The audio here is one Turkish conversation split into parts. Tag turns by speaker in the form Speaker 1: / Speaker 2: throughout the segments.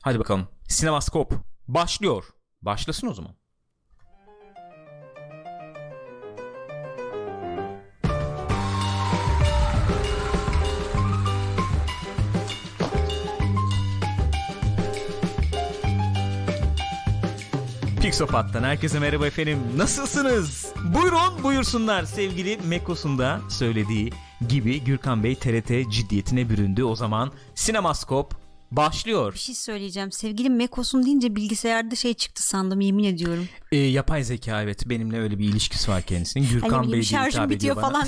Speaker 1: Hadi bakalım. Sinemaskop başlıyor. Başlasın o zaman. Pixopat'tan herkese merhaba efendim. Nasılsınız? Buyurun buyursunlar. Sevgili Mekos'un da söylediği gibi Gürkan Bey TRT ciddiyetine büründü. O zaman Sinemaskop başlıyor.
Speaker 2: Bir şey söyleyeceğim. Sevgili Mekos'un deyince bilgisayarda şey çıktı sandım, yemin ediyorum.
Speaker 1: Yapay zeka, evet, benimle öyle bir ilişkisi var kendisinin. Gürkan
Speaker 2: hani
Speaker 1: Bey diye
Speaker 2: şarjım bitiyor falan.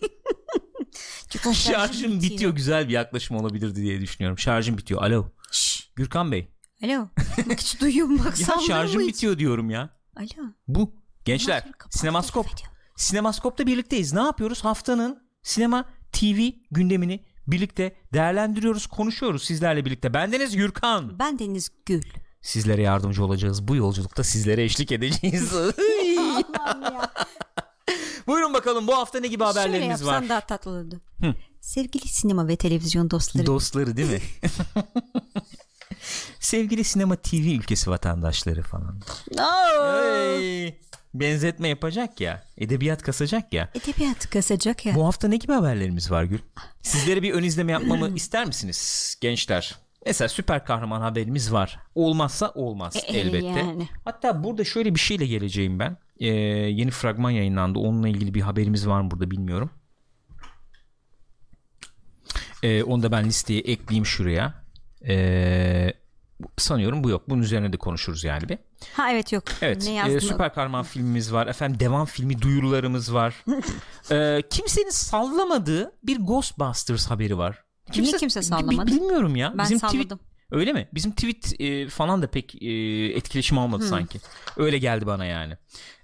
Speaker 1: Şarjım bitiyor, güzel bir yaklaşım olabilirdi diye düşünüyorum. Şarjım bitiyor. Alo.
Speaker 2: Şşş.
Speaker 1: Gürkan Bey.
Speaker 2: Alo. Hiç duyuyor mu? Bak,
Speaker 1: ya şarjım bitiyor diyorum ya.
Speaker 2: Alo.
Speaker 1: Bu. Gençler, Sinemaskop. Sinemaskop'ta birlikteyiz. Ne yapıyoruz? Haftanın sinema, TV gündemini birlikte değerlendiriyoruz, konuşuyoruz sizlerle birlikte. Bendeniz Gürkan.
Speaker 2: Ben Deniz Gül.
Speaker 1: Sizlere yardımcı olacağız. Bu yolculukta sizlere eşlik edeceğiz. Buyurun bakalım, bu hafta ne gibi haberlerimiz var?
Speaker 2: Şöyle yapsan daha tatlı olurdu. Sevgili sinema ve televizyon dostları.
Speaker 1: Dostları değil mi? Sevgili sinema TV ülkesi vatandaşları falan. Hey, benzetme yapacak ya. Edebiyat kasacak ya.
Speaker 2: Edebiyat kasacak ya.
Speaker 1: Bu hafta ne gibi haberlerimiz var Gül? Sizlere bir ön izleme yapmamı ister misiniz gençler? Mesela süper kahraman haberimiz var. Olmazsa olmaz elbette.
Speaker 2: Yani.
Speaker 1: Hatta burada şöyle bir şeyle geleceğim ben. Yeni fragman yayınlandı. Onunla ilgili bir haberimiz var mı burada bilmiyorum. Onu da ben listeye ekleyeyim şuraya. Sanıyorum bu yok. Bunun üzerine de konuşuruz yani bir.
Speaker 2: Ha evet, yok.
Speaker 1: Evet. Süper kahraman filmimiz var. Efendim devam filmi duyurularımız var. Kimsenin sallamadığı bir Ghostbusters haberi var.
Speaker 2: Niye kimse sallamadı?
Speaker 1: Bilmiyorum ya.
Speaker 2: Ben salladım.
Speaker 1: Öyle mi? Bizim tweet falan da pek etkileşim almadı sanki. Öyle geldi bana yani.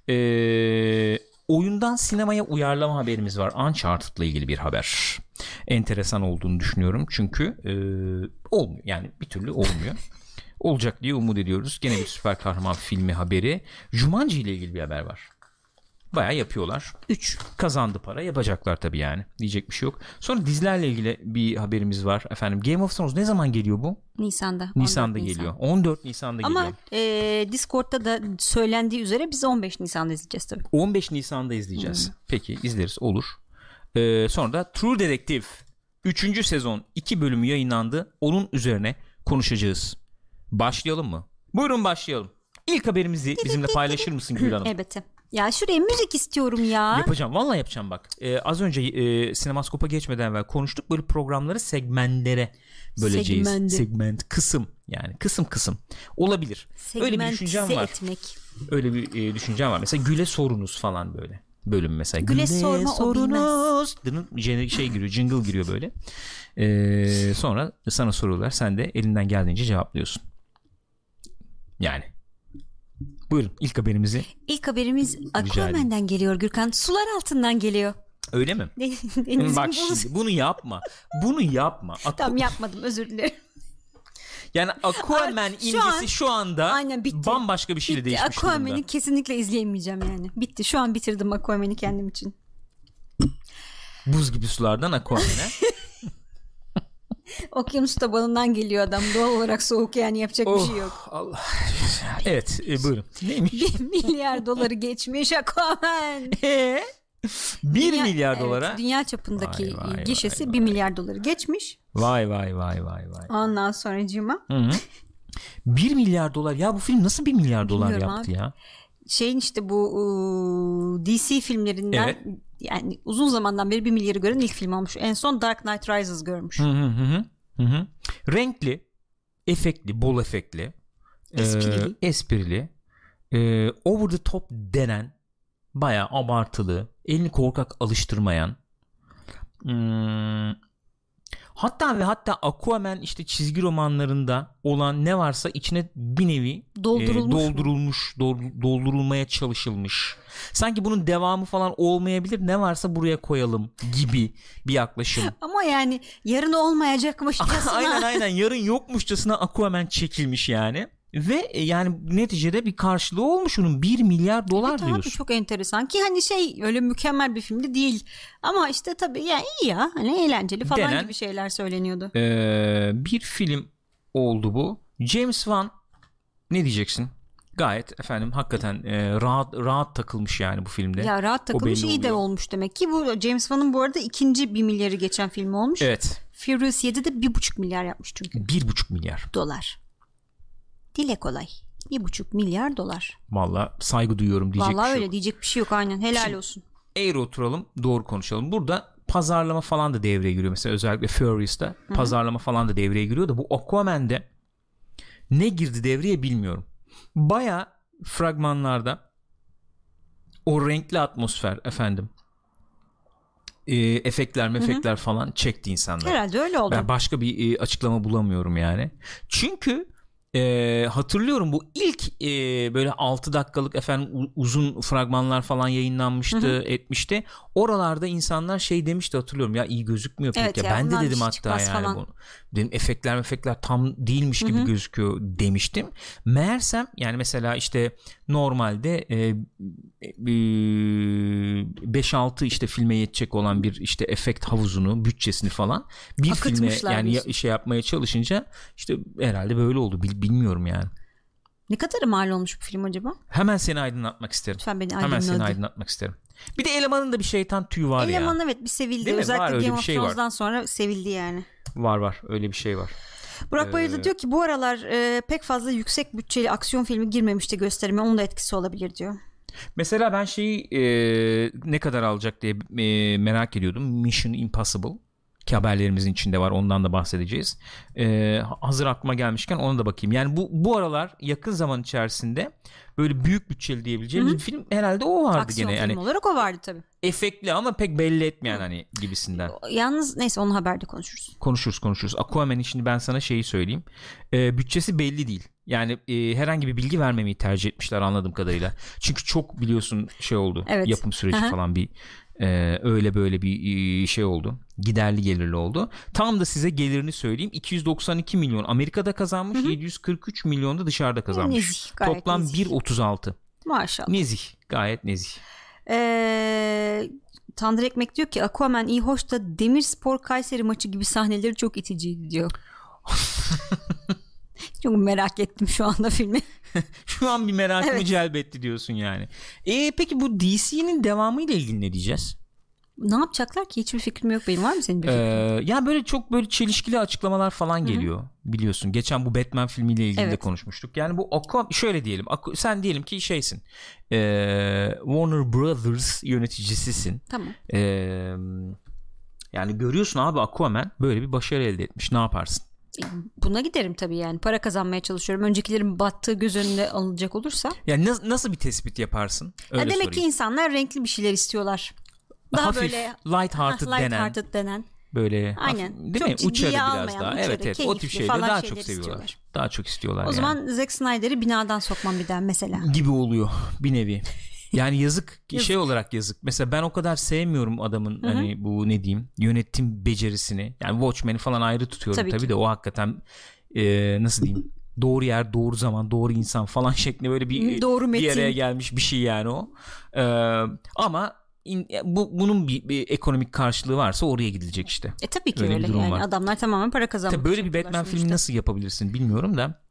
Speaker 1: Oyundan sinemaya uyarlama haberimiz var. Uncharted'la ilgili bir haber. Enteresan olduğunu düşünüyorum. Çünkü olmuyor. Yani bir türlü olmuyor. Olacak diye umut ediyoruz. Gene bir süper kahraman filmi haberi. Jumanji ile ilgili bir haber var. Bayağı yapıyorlar. 3 kazandı para. Yapacaklar tabii yani. Diyecek bir şey yok. Sonra dizilerle ilgili bir haberimiz var. Efendim Game of Thrones ne zaman geliyor bu? Nisan'da geliyor. 14 Nisan'da
Speaker 2: ama
Speaker 1: geliyor.
Speaker 2: Ama Discord'da da söylendiği üzere biz 15 Nisan'da izleyeceğiz tabii.
Speaker 1: 15 Nisan'da izleyeceğiz. Peki izleriz, olur. Sonra da True Detective 3. sezon 2 bölümü yayınlandı. Onun üzerine konuşacağız. Başlayalım mı? Buyurun başlayalım. İlk haberimizi bizimle paylaşır mısın Gül Hanım?
Speaker 2: Elbette. Ya şuraya müzik istiyorum ya.
Speaker 1: Yapacağım. Vallahi yapacağım bak. Az önce Sinemaskop'a geçmeden evvel konuştuk. Böyle programları segmentlere böleceğiz. Segment, kısım. Yani kısım. Olabilir. Öyle bir düşüncem var. Öyle bir düşüncem var. Mesela Gül'e sorunuz falan böyle. Bölüm mesela.
Speaker 2: Gül'e sorunuz.
Speaker 1: Şey giriyor, jingle giriyor böyle. Sonra sana soruyorlar. Sen de elinden geldiğince cevaplıyorsun. Yani. Buyurun ilk haberimizi.
Speaker 2: İlk haberimiz Aquaman'den geliyor Gürkan. Sular altından geliyor.
Speaker 1: Öyle mi? Bak şimdi bunu yapma.
Speaker 2: Tamam, yapmadım, özür dilerim.
Speaker 1: Yani Aquaman imgesi şu anda
Speaker 2: aynen, bitti.
Speaker 1: Bambaşka bir şeyle değişmiş durumda.
Speaker 2: Aquaman'i kesinlikle izleyemeyeceğim yani. Bitti. Şu an bitirdim Aquaman'i kendim için.
Speaker 1: Buz gibi sulardan Aquaman'e.
Speaker 2: Okyanus tabanından geliyor adam. Doğal olarak soğuk, yani yapacak bir şey yok.
Speaker 1: Allah. Evet, buyurun. Neymiş?
Speaker 2: 1 milyar doları geçmiş Aquaman.
Speaker 1: 1 milyar dolara.
Speaker 2: Evet, dünya çapındaki gişesi 1 milyar doları geçmiş.
Speaker 1: Vay.
Speaker 2: Ondan sonracığıma.
Speaker 1: 1 milyar dolar. Ya bu film nasıl 1 milyar dolar yaptı abi ya?
Speaker 2: Şeyin işte bu DC filmlerinden, evet, yani uzun zamandan beri 1 milyarı gören ilk film olmuş. En son Dark Knight Rises görmüş.
Speaker 1: Renkli, efektli, bol efektli, esprili, over the top denen, bayağı abartılı, elini korkak alıştırmayan, hatta Aquaman işte çizgi romanlarında olan ne varsa içine bir nevi doldurulmaya çalışılmış. Sanki bunun devamı falan olmayabilir, ne varsa buraya koyalım gibi bir yaklaşım.
Speaker 2: Ama yani yarın olmayacakmışçasına.
Speaker 1: aynen yarın yokmuşçasına Aquaman çekilmiş yani. Ve yani neticede bir karşılığı olmuş onun, 1 milyar dolar
Speaker 2: evet,
Speaker 1: diyorsun.
Speaker 2: Abi çok enteresan ki hani öyle mükemmel bir filmdi değil. Ama işte tabii yani iyi ya, hani eğlenceli falan gibi şeyler söyleniyordu.
Speaker 1: Bir film oldu bu. James Wan ne diyeceksin? Gayet efendim hakikaten rahat takılmış yani bu filmde.
Speaker 2: Ya rahat takılmış, iyi de olmuş demek ki. Bu James Wan'ın bu arada ikinci 1 milyarı geçen film olmuş.
Speaker 1: Evet.
Speaker 2: Furious 7'de 1,5 milyar yapmış çünkü.
Speaker 1: 1,5 milyar.
Speaker 2: Dolar. Dile kolay. 1,5 milyar dolar.
Speaker 1: Vallahi saygı duyuyorum diyecek
Speaker 2: Vallahi
Speaker 1: bir şey
Speaker 2: öyle
Speaker 1: yok.
Speaker 2: Diyecek bir şey yok, aynen. Helal
Speaker 1: Şimdi,
Speaker 2: olsun.
Speaker 1: Eğri oturalım, doğru konuşalım. Burada pazarlama falan da devreye giriyor. Mesela özellikle Furious'ta pazarlama falan da devreye giriyor da bu Aquaman'de ne girdi devreye bilmiyorum. Baya fragmanlarda o renkli atmosfer efendim efektler falan çekti insanlar.
Speaker 2: Herhalde öyle oldu.
Speaker 1: Ben başka bir açıklama bulamıyorum yani. Çünkü hatırlıyorum bu ilk böyle 6 dakikalık efendim uzun fragmanlar falan yayınlanmıştı, etmişti. Oralarda insanlar şey demişti, hatırlıyorum ya, iyi gözükmüyor pek ya. Ben de dedim hatta yani bunu. Dedim efektler tam değilmiş gibi gözüküyor demiştim. Meğersem yani mesela işte normalde 5-6 işte filme yetecek olan bir işte efekt havuzunu, bütçesini falan bir filme yani şey yapmaya çalışınca işte herhalde böyle oldu. Bilmiyorum yani.
Speaker 2: Ne kadar mal olmuş bu film acaba?
Speaker 1: Hemen seni aydınlatmak isterim.
Speaker 2: Lütfen beni
Speaker 1: Hemen seni aydınlatmak isterim. Bir de elemanın da bir şeytan tüyü var ya.
Speaker 2: Eleman evet bir sevildi. Özellikle Game of Thrones'dan sonra sevildi yani.
Speaker 1: Var öyle bir şey var.
Speaker 2: Burak Bayır da diyor ki bu aralar pek fazla yüksek bütçeli aksiyon filmi girmemişti gösterime. Onun da etkisi olabilir diyor. Mesela
Speaker 1: ben şeyi ne kadar alacak diye merak ediyordum. Mission Impossible. Ki haberlerimizin içinde var, ondan da bahsedeceğiz. Hazır aklıma gelmişken ona da bakayım. Yani bu aralar yakın zaman içerisinde böyle büyük bütçeli diyebileceğimiz bir film herhalde o vardı.
Speaker 2: Aksiyon
Speaker 1: gene.
Speaker 2: Aksiyon
Speaker 1: yani
Speaker 2: film olarak o vardı tabii.
Speaker 1: Efektli ama pek belli etmeyen hani gibisinden.
Speaker 2: Yalnız neyse onu haberde konuşuruz.
Speaker 1: Aquaman'in şimdi ben sana şeyi söyleyeyim. Bütçesi belli değil. Yani herhangi bir bilgi vermemeyi tercih etmişler anladığım kadarıyla. Çünkü çok biliyorsun şey oldu. Evet. Yapım süreci falan bir öyle böyle bir şey oldu. Giderli gelirli oldu. Tam da size gelirini söyleyeyim. 292 milyon Amerika'da kazanmış. 743 milyon da dışarıda kazanmış.
Speaker 2: Nezih,
Speaker 1: toplam
Speaker 2: nezih.
Speaker 1: 1.36.
Speaker 2: Maşallah.
Speaker 1: Nezih. Gayet nezih.
Speaker 2: Tandır Ekmek diyor ki Aquaman iyi hoş da Demirspor Kayseri maçı gibi sahneleri çok iticiydi diyor. Çok merak ettim şu anda filmi.
Speaker 1: Şu an bir merakımı celbetti diyorsun yani. Peki bu DC'nin devamıyla ilgili ne diyeceğiz?
Speaker 2: Ne yapacaklar ki? Hiçbir fikrim yok benim. Var mı senin bir fikrin?
Speaker 1: Ya böyle çok böyle çelişkili açıklamalar falan geliyor. Biliyorsun. Geçen bu Batman filmiyle ilgili de konuşmuştuk. Yani bu şöyle diyelim. Sen diyelim ki şeysin. Warner Brothers yöneticisisin.
Speaker 2: Tamam.
Speaker 1: Yani görüyorsun abi Aquaman böyle bir başarı elde etmiş. Ne yaparsın?
Speaker 2: Buna giderim tabii yani. Para kazanmaya çalışıyorum. Öncekilerin battığı göz önünde alınacak olursa.
Speaker 1: Yani nasıl bir tespit yaparsın? Öyle
Speaker 2: demek
Speaker 1: sorayım.
Speaker 2: ki insanlar renkli bir şeyler istiyorlar. Daha
Speaker 1: hafif,
Speaker 2: böyle
Speaker 1: light-hearted denen. Böyle
Speaker 2: aynen.
Speaker 1: Değil
Speaker 2: çok
Speaker 1: mi? Uçarı biraz
Speaker 2: almayan,
Speaker 1: daha.
Speaker 2: Uçarı,
Speaker 1: evet o tip şeyleri daha çok seviyorlar.
Speaker 2: Istiyorlar.
Speaker 1: Daha çok istiyorlar.
Speaker 2: O zaman Zack Snyder'i binadan sokmam bir daha mesela.
Speaker 1: Gibi oluyor bir nevi. Yani yazık. Şey olarak yazık. Mesela ben o kadar sevmiyorum adamın hani bu ne diyeyim yönetim becerisini. Yani Watchmen'i falan ayrı tutuyorum tabii de o hakikaten nasıl diyeyim doğru yer, doğru zaman, doğru insan falan şeklinde böyle bir araya gelmiş bir şey yani o. Ama bunun bir ekonomik karşılığı varsa oraya gidilecek işte.
Speaker 2: Tabii ki öyle yani var. Adamlar tamamen para kazanmak.
Speaker 1: Tabii böyle bir Batman filmi nasıl yapabilirsin bilmiyorum da.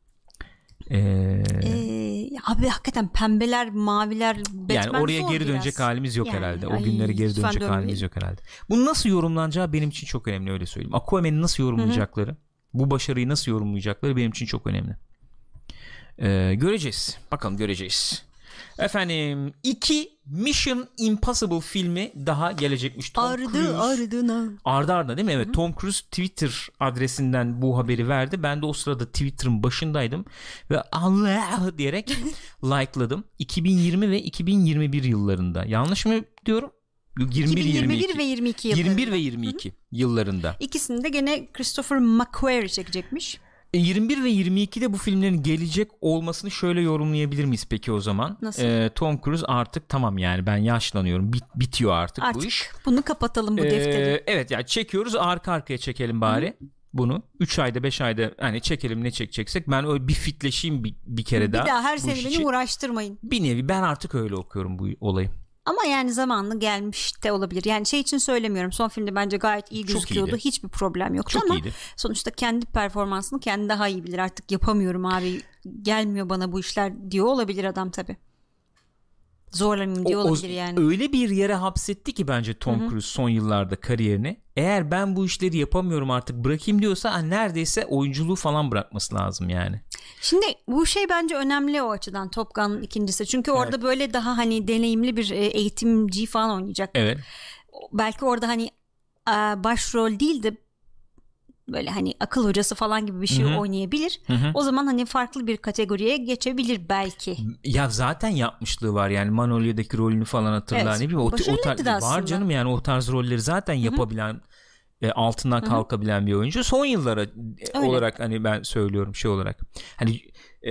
Speaker 2: Abi hakikaten pembeler, maviler, Batman
Speaker 1: yani oraya geri dönecek biraz. Halimiz yok yani, herhalde. O günlere geri dönecek halimiz yok herhalde. Bunun nasıl yorumlanacağı benim için çok önemli, öyle söyleyeyim. Aquaman'i nasıl yorumlayacakları, bu başarıyı nasıl yorumlayacakları benim için çok önemli. Göreceğiz. Bakalım göreceğiz. Efendim 2 Mission Impossible filmi daha gelecekmiş. Ardı ardına değil mi? Evet. Tom Cruise Twitter adresinden bu haberi verdi. Ben de o sırada Twitter'ın başındaydım ve Allah diyerek like'ladım. 2020 ve 2021 yıllarında. Yanlış mı diyorum?
Speaker 2: 21 ve 22 yıllarında.
Speaker 1: 21 ve 22 yıllarında.
Speaker 2: İkisini de gene Christopher McQuarrie çekecekmiş.
Speaker 1: 21 ve 22'de bu filmlerin gelecek olmasını şöyle yorumlayabilir miyiz peki o zaman?
Speaker 2: Nasıl?
Speaker 1: Tom Cruise artık tamam yani ben yaşlanıyorum. Bitiyor artık bu iş.
Speaker 2: Bunu kapatalım bu defteri.
Speaker 1: Evet yani çekiyoruz, arka arkaya çekelim bari. Bunu 3 ayda 5 ayda hani çekelim, ne çekeceksek ben öyle bir fitleşeyim bir kere daha.
Speaker 2: Bir daha her sene beni uğraştırmayın.
Speaker 1: Bir nevi ben artık öyle okuyorum bu olayı.
Speaker 2: Ama yani zamanlı gelmiş de olabilir. Yani şey için söylemiyorum. Son filmde bence gayet iyi gözüküyordu. Hiçbir problem yoktu
Speaker 1: çok
Speaker 2: ama
Speaker 1: iyiydi.
Speaker 2: Sonuçta kendi performansını kendi daha iyi bilir. Artık yapamıyorum abi, gelmiyor bana bu işler diyor olabilir adam tabii. Zorlanayım diyor olabilir yani.
Speaker 1: Öyle bir yere hapsetti ki bence Tom Cruise son yıllarda kariyerini. Eğer ben bu işleri yapamıyorum artık bırakayım diyorsa neredeyse oyunculuğu falan bırakması lazım yani.
Speaker 2: Şimdi bu şey bence önemli o açıdan, Top Gun'ın ikincisi. Çünkü orada böyle daha hani deneyimli bir eğitimci falan oynayacak.
Speaker 1: Evet.
Speaker 2: Belki orada hani başrol değil de böyle hani akıl hocası falan gibi bir şey oynayabilir. O zaman hani farklı bir kategoriye geçebilir belki.
Speaker 1: Ya zaten yapmışlığı var yani, Manolya'daki rolünü falan hatırla.
Speaker 2: Evet.
Speaker 1: Ne bileyim o
Speaker 2: Başarılıydı
Speaker 1: var canım yani, o tarz rolleri zaten yapabilen, altından kalkabilen bir oyuncu. Son yıllara olarak hani ben söylüyorum şey olarak. Hani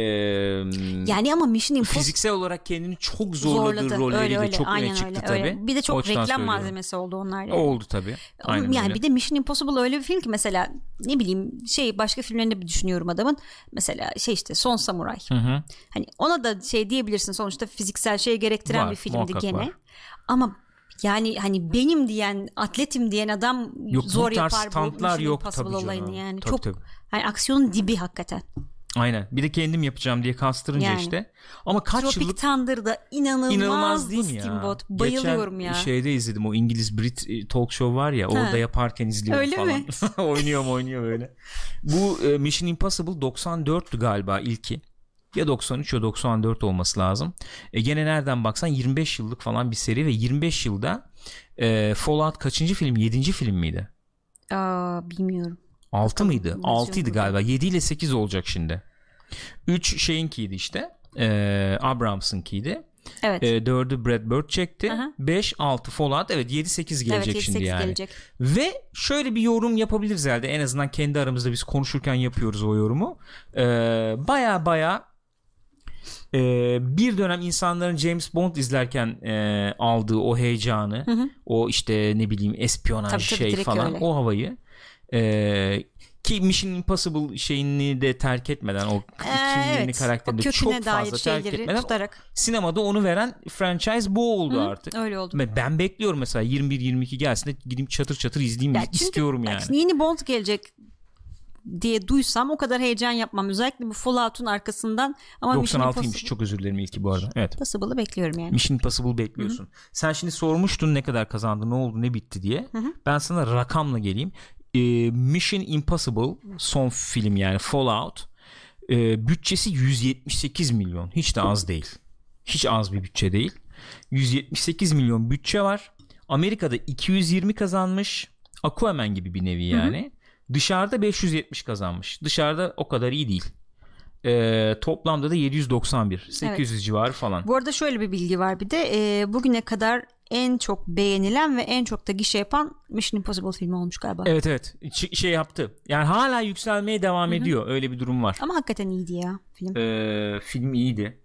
Speaker 2: yani ama Mission Impossible
Speaker 1: fiziksel olarak kendini çok zorladığı rolleriyle
Speaker 2: öyle,
Speaker 1: çok öne çıktı tabii.
Speaker 2: Bir de çok reklam malzemesi oldu onlar yani.
Speaker 1: Oldu tabii. Aynen
Speaker 2: yani
Speaker 1: öyle.
Speaker 2: Bir de Mission Impossible öyle bir film ki mesela ne bileyim başka filmlerinde bir düşünüyorum adamın. Mesela işte Son Samuray. Hani ona da diyebilirsin, sonuçta fiziksel gerektiren
Speaker 1: var,
Speaker 2: bir filmdi gene.
Speaker 1: Var.
Speaker 2: Ama yani hani benim diyen, atletim diyen adam zor yapar bu Mission Impossible olayını yani.
Speaker 1: Tabii,
Speaker 2: çok
Speaker 1: tabii.
Speaker 2: Yani aksiyonun dibi hakikaten.
Speaker 1: Aynen. Bir de kendim yapacağım diye kastırınca işte. Ama kaç
Speaker 2: Tropic
Speaker 1: yıllık
Speaker 2: Thunder'da inanılmaz değil mi ya? Steamboat. Bayılıyorum
Speaker 1: geçen
Speaker 2: ya.
Speaker 1: Şeyde izledim, o İngiliz Brit talk show var ya, orada yaparken izliyorum
Speaker 2: öyle
Speaker 1: falan.
Speaker 2: Mi?
Speaker 1: oynuyor böyle. Bu Mission Impossible 94'tü galiba ilki. Ya 93 ya 94 olması lazım. Gene nereden baksan 25 yıllık falan bir seri ve 25 yılda Fallout kaçıncı film? 7. film miydi?
Speaker 2: Bilmiyorum.
Speaker 1: 6 mıydı? 6'ydı galiba. 7 ile 8 olacak şimdi. 3 şeyinkiydi işte. Abrams'ınkiydi.
Speaker 2: Evet.
Speaker 1: 4'ü Brad Bird çekti. 5, 6 Fallout. Evet, 7-8 gelecek şimdi yani.
Speaker 2: Gelecek.
Speaker 1: Ve şöyle bir yorum yapabiliriz herhalde. En azından kendi aramızda biz konuşurken yapıyoruz o yorumu. Baya bir dönem insanların James Bond izlerken aldığı o heyecanı, o işte ne bileyim espiyonaj falan, öyle. O havayı ki Mission Impossible şeyini de terk etmeden, o kimliğini, karakterini de çok fazla terk etmeden tutarak. Sinemada onu veren franchise bu oldu artık.
Speaker 2: Öyle oldu.
Speaker 1: Ben bekliyorum mesela 21-22 gelsin de gideyim çatır çatır izleyeyim istiyorum yani.
Speaker 2: Yeni Bond gelecek diye duysam o kadar heyecan yapmam. Özellikle bu Fallout'un arkasından. Ama
Speaker 1: 96'ymış, çok özür dilerim ilki bu arada. Evet.
Speaker 2: Impossible'ı bekliyorum yani.
Speaker 1: Mission Impossible bekliyorsun. Sen şimdi sormuştun ne kadar kazandı, ne oldu, ne bitti diye. Ben sana rakamla geleyim. Mission Impossible son film yani Fallout, bütçesi 178 milyon. Hiç de az değil. Hiç az bir bütçe değil. 178 milyon bütçe var. Amerika'da 220 kazanmış. Aquaman gibi bir nevi yani. Dışarıda 570 kazanmış. Dışarıda o kadar iyi değil. Toplamda da 791. 800 civarı falan.
Speaker 2: Bu arada şöyle bir bilgi var bir de. Bugüne kadar en çok beğenilen ve en çok da gişe yapan Mission Impossible filmi olmuş galiba.
Speaker 1: Evet. Şey yaptı. Yani hala yükselmeye devam ediyor. Öyle bir durum var.
Speaker 2: Ama hakikaten iyiydi ya film.
Speaker 1: Film iyiydi.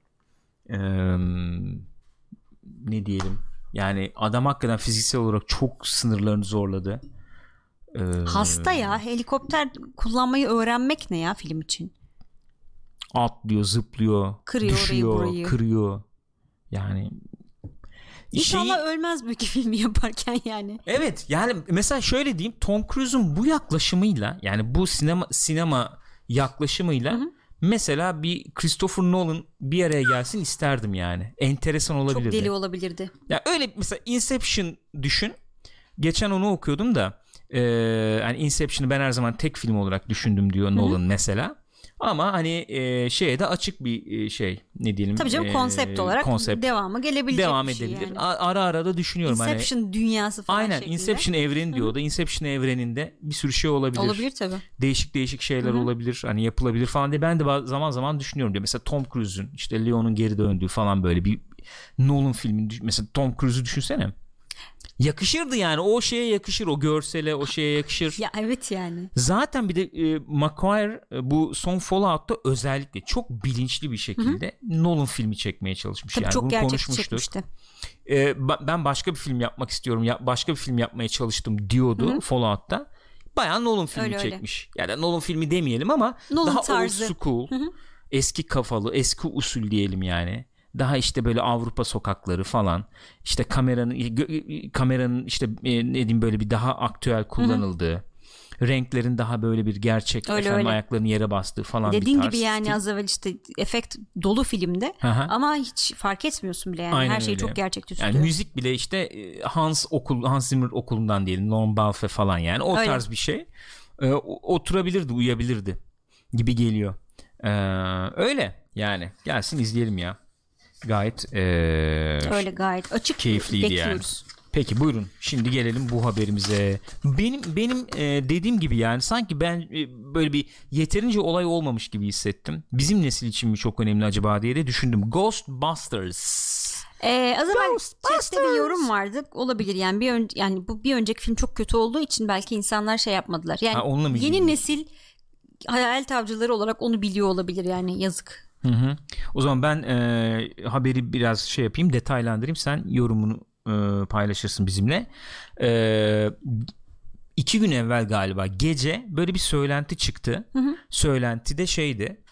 Speaker 1: Ne diyelim? Yani adam hakikaten fiziksel olarak çok sınırlarını zorladı.
Speaker 2: Hasta ya. Helikopter kullanmayı öğrenmek ne ya film için?
Speaker 1: Atlıyor, zıplıyor,
Speaker 2: kırıyor,
Speaker 1: düşüyor, kırıyor. Yani
Speaker 2: İnşallah ölmez büyük filmi yaparken yani.
Speaker 1: Evet yani mesela şöyle diyeyim, Tom Cruise'un bu yaklaşımıyla, yani bu sinema yaklaşımıyla mesela bir Christopher Nolan bir araya gelsin isterdim yani. Enteresan olabilirdi.
Speaker 2: Çok deli olabilirdi.
Speaker 1: Ya öyle mesela Inception düşün. Geçen onu okuyordum da yani Inception'ı ben her zaman tek film olarak düşündüm diyor Nolan mesela. Ama hani şeye de açık bir şey, ne diyelim.
Speaker 2: Tabii canım, konsept olarak devamı gelebilecek
Speaker 1: devam
Speaker 2: bir şey
Speaker 1: edebilir.
Speaker 2: Yani.
Speaker 1: Ara da düşünüyorum.
Speaker 2: Inception dünyası falan
Speaker 1: aynen,
Speaker 2: şeklinde.
Speaker 1: Inception evreni diyor da Inception evreninde bir sürü şey olabilir.
Speaker 2: Olabilir tabii.
Speaker 1: Değişik şeyler olabilir. Hani yapılabilir falan diye ben de zaman zaman düşünüyorum diyor. Mesela Tom Cruise'un işte Leon'un geri döndüğü falan böyle bir Nolan filmi, mesela Tom Cruise'u düşünsene. Yakışırdı yani, o şeye yakışır, o görsele, o şeye yakışır.
Speaker 2: Ya evet yani.
Speaker 1: Zaten bir de McQuarrie bu son Fallout'ta özellikle çok bilinçli bir şekilde Nolan filmi çekmeye çalışmış.
Speaker 2: Tabii
Speaker 1: yani
Speaker 2: çok
Speaker 1: bunu
Speaker 2: gerçekçi çekmişti.
Speaker 1: Ben başka bir film yapmak istiyorum, başka bir film yapmaya çalıştım diyordu Fallout'ta. Bayağı Nolan filmi çekmiş. Yani Nolan filmi demeyelim ama
Speaker 2: Nolan
Speaker 1: daha
Speaker 2: tarzı.
Speaker 1: old school, eski kafalı, eski usul diyelim yani. daha işte böyle Avrupa sokakları falan, işte kameranın işte ne diyeyim böyle bir daha aktüel kullanıldığı, renklerin daha böyle bir gerçek, öyle. Ayaklarının yere bastığı falan
Speaker 2: dediğin
Speaker 1: bir tarz.
Speaker 2: Dediğin gibi yani az evvel işte efekt dolu filmde. Aha. Ama hiç fark etmiyorsun bile yani.
Speaker 1: Aynen
Speaker 2: her şey
Speaker 1: öyle.
Speaker 2: Çok gerçekçi tutuyor.
Speaker 1: Yani müzik bile işte Hans Zimmer okulundan diyelim, Norman Balfe falan, yani o öyle. Tarz bir şey. Oturabilirdi, uyabilirdi gibi geliyor. Öyle yani, gelsin izleyelim ya. Gayet
Speaker 2: öyle, gayet açık,
Speaker 1: keyifliydi
Speaker 2: bekliyoruz.
Speaker 1: Yani. Peki buyurun, şimdi gelelim bu haberimize. Benim dediğim gibi yani sanki ben böyle bir yeterince olay olmamış gibi hissettim. Bizim nesil için mi çok önemli acaba diye de düşündüm. Ghostbusters.
Speaker 2: Az evvel chatte bir yorum vardı. Olabilir yani yani bu bir önceki film çok kötü olduğu için belki insanlar şey yapmadılar. Yani yeni nesil hayalet avcıları olarak onu biliyor olabilir yani, yazık.
Speaker 1: Hı. O zaman ben haberi biraz şey yapayım, detaylandırayım, sen yorumunu paylaşırsın bizimle. 2 gün evvel galiba gece böyle bir söylenti çıktı. Hı. Söylenti de şeydi,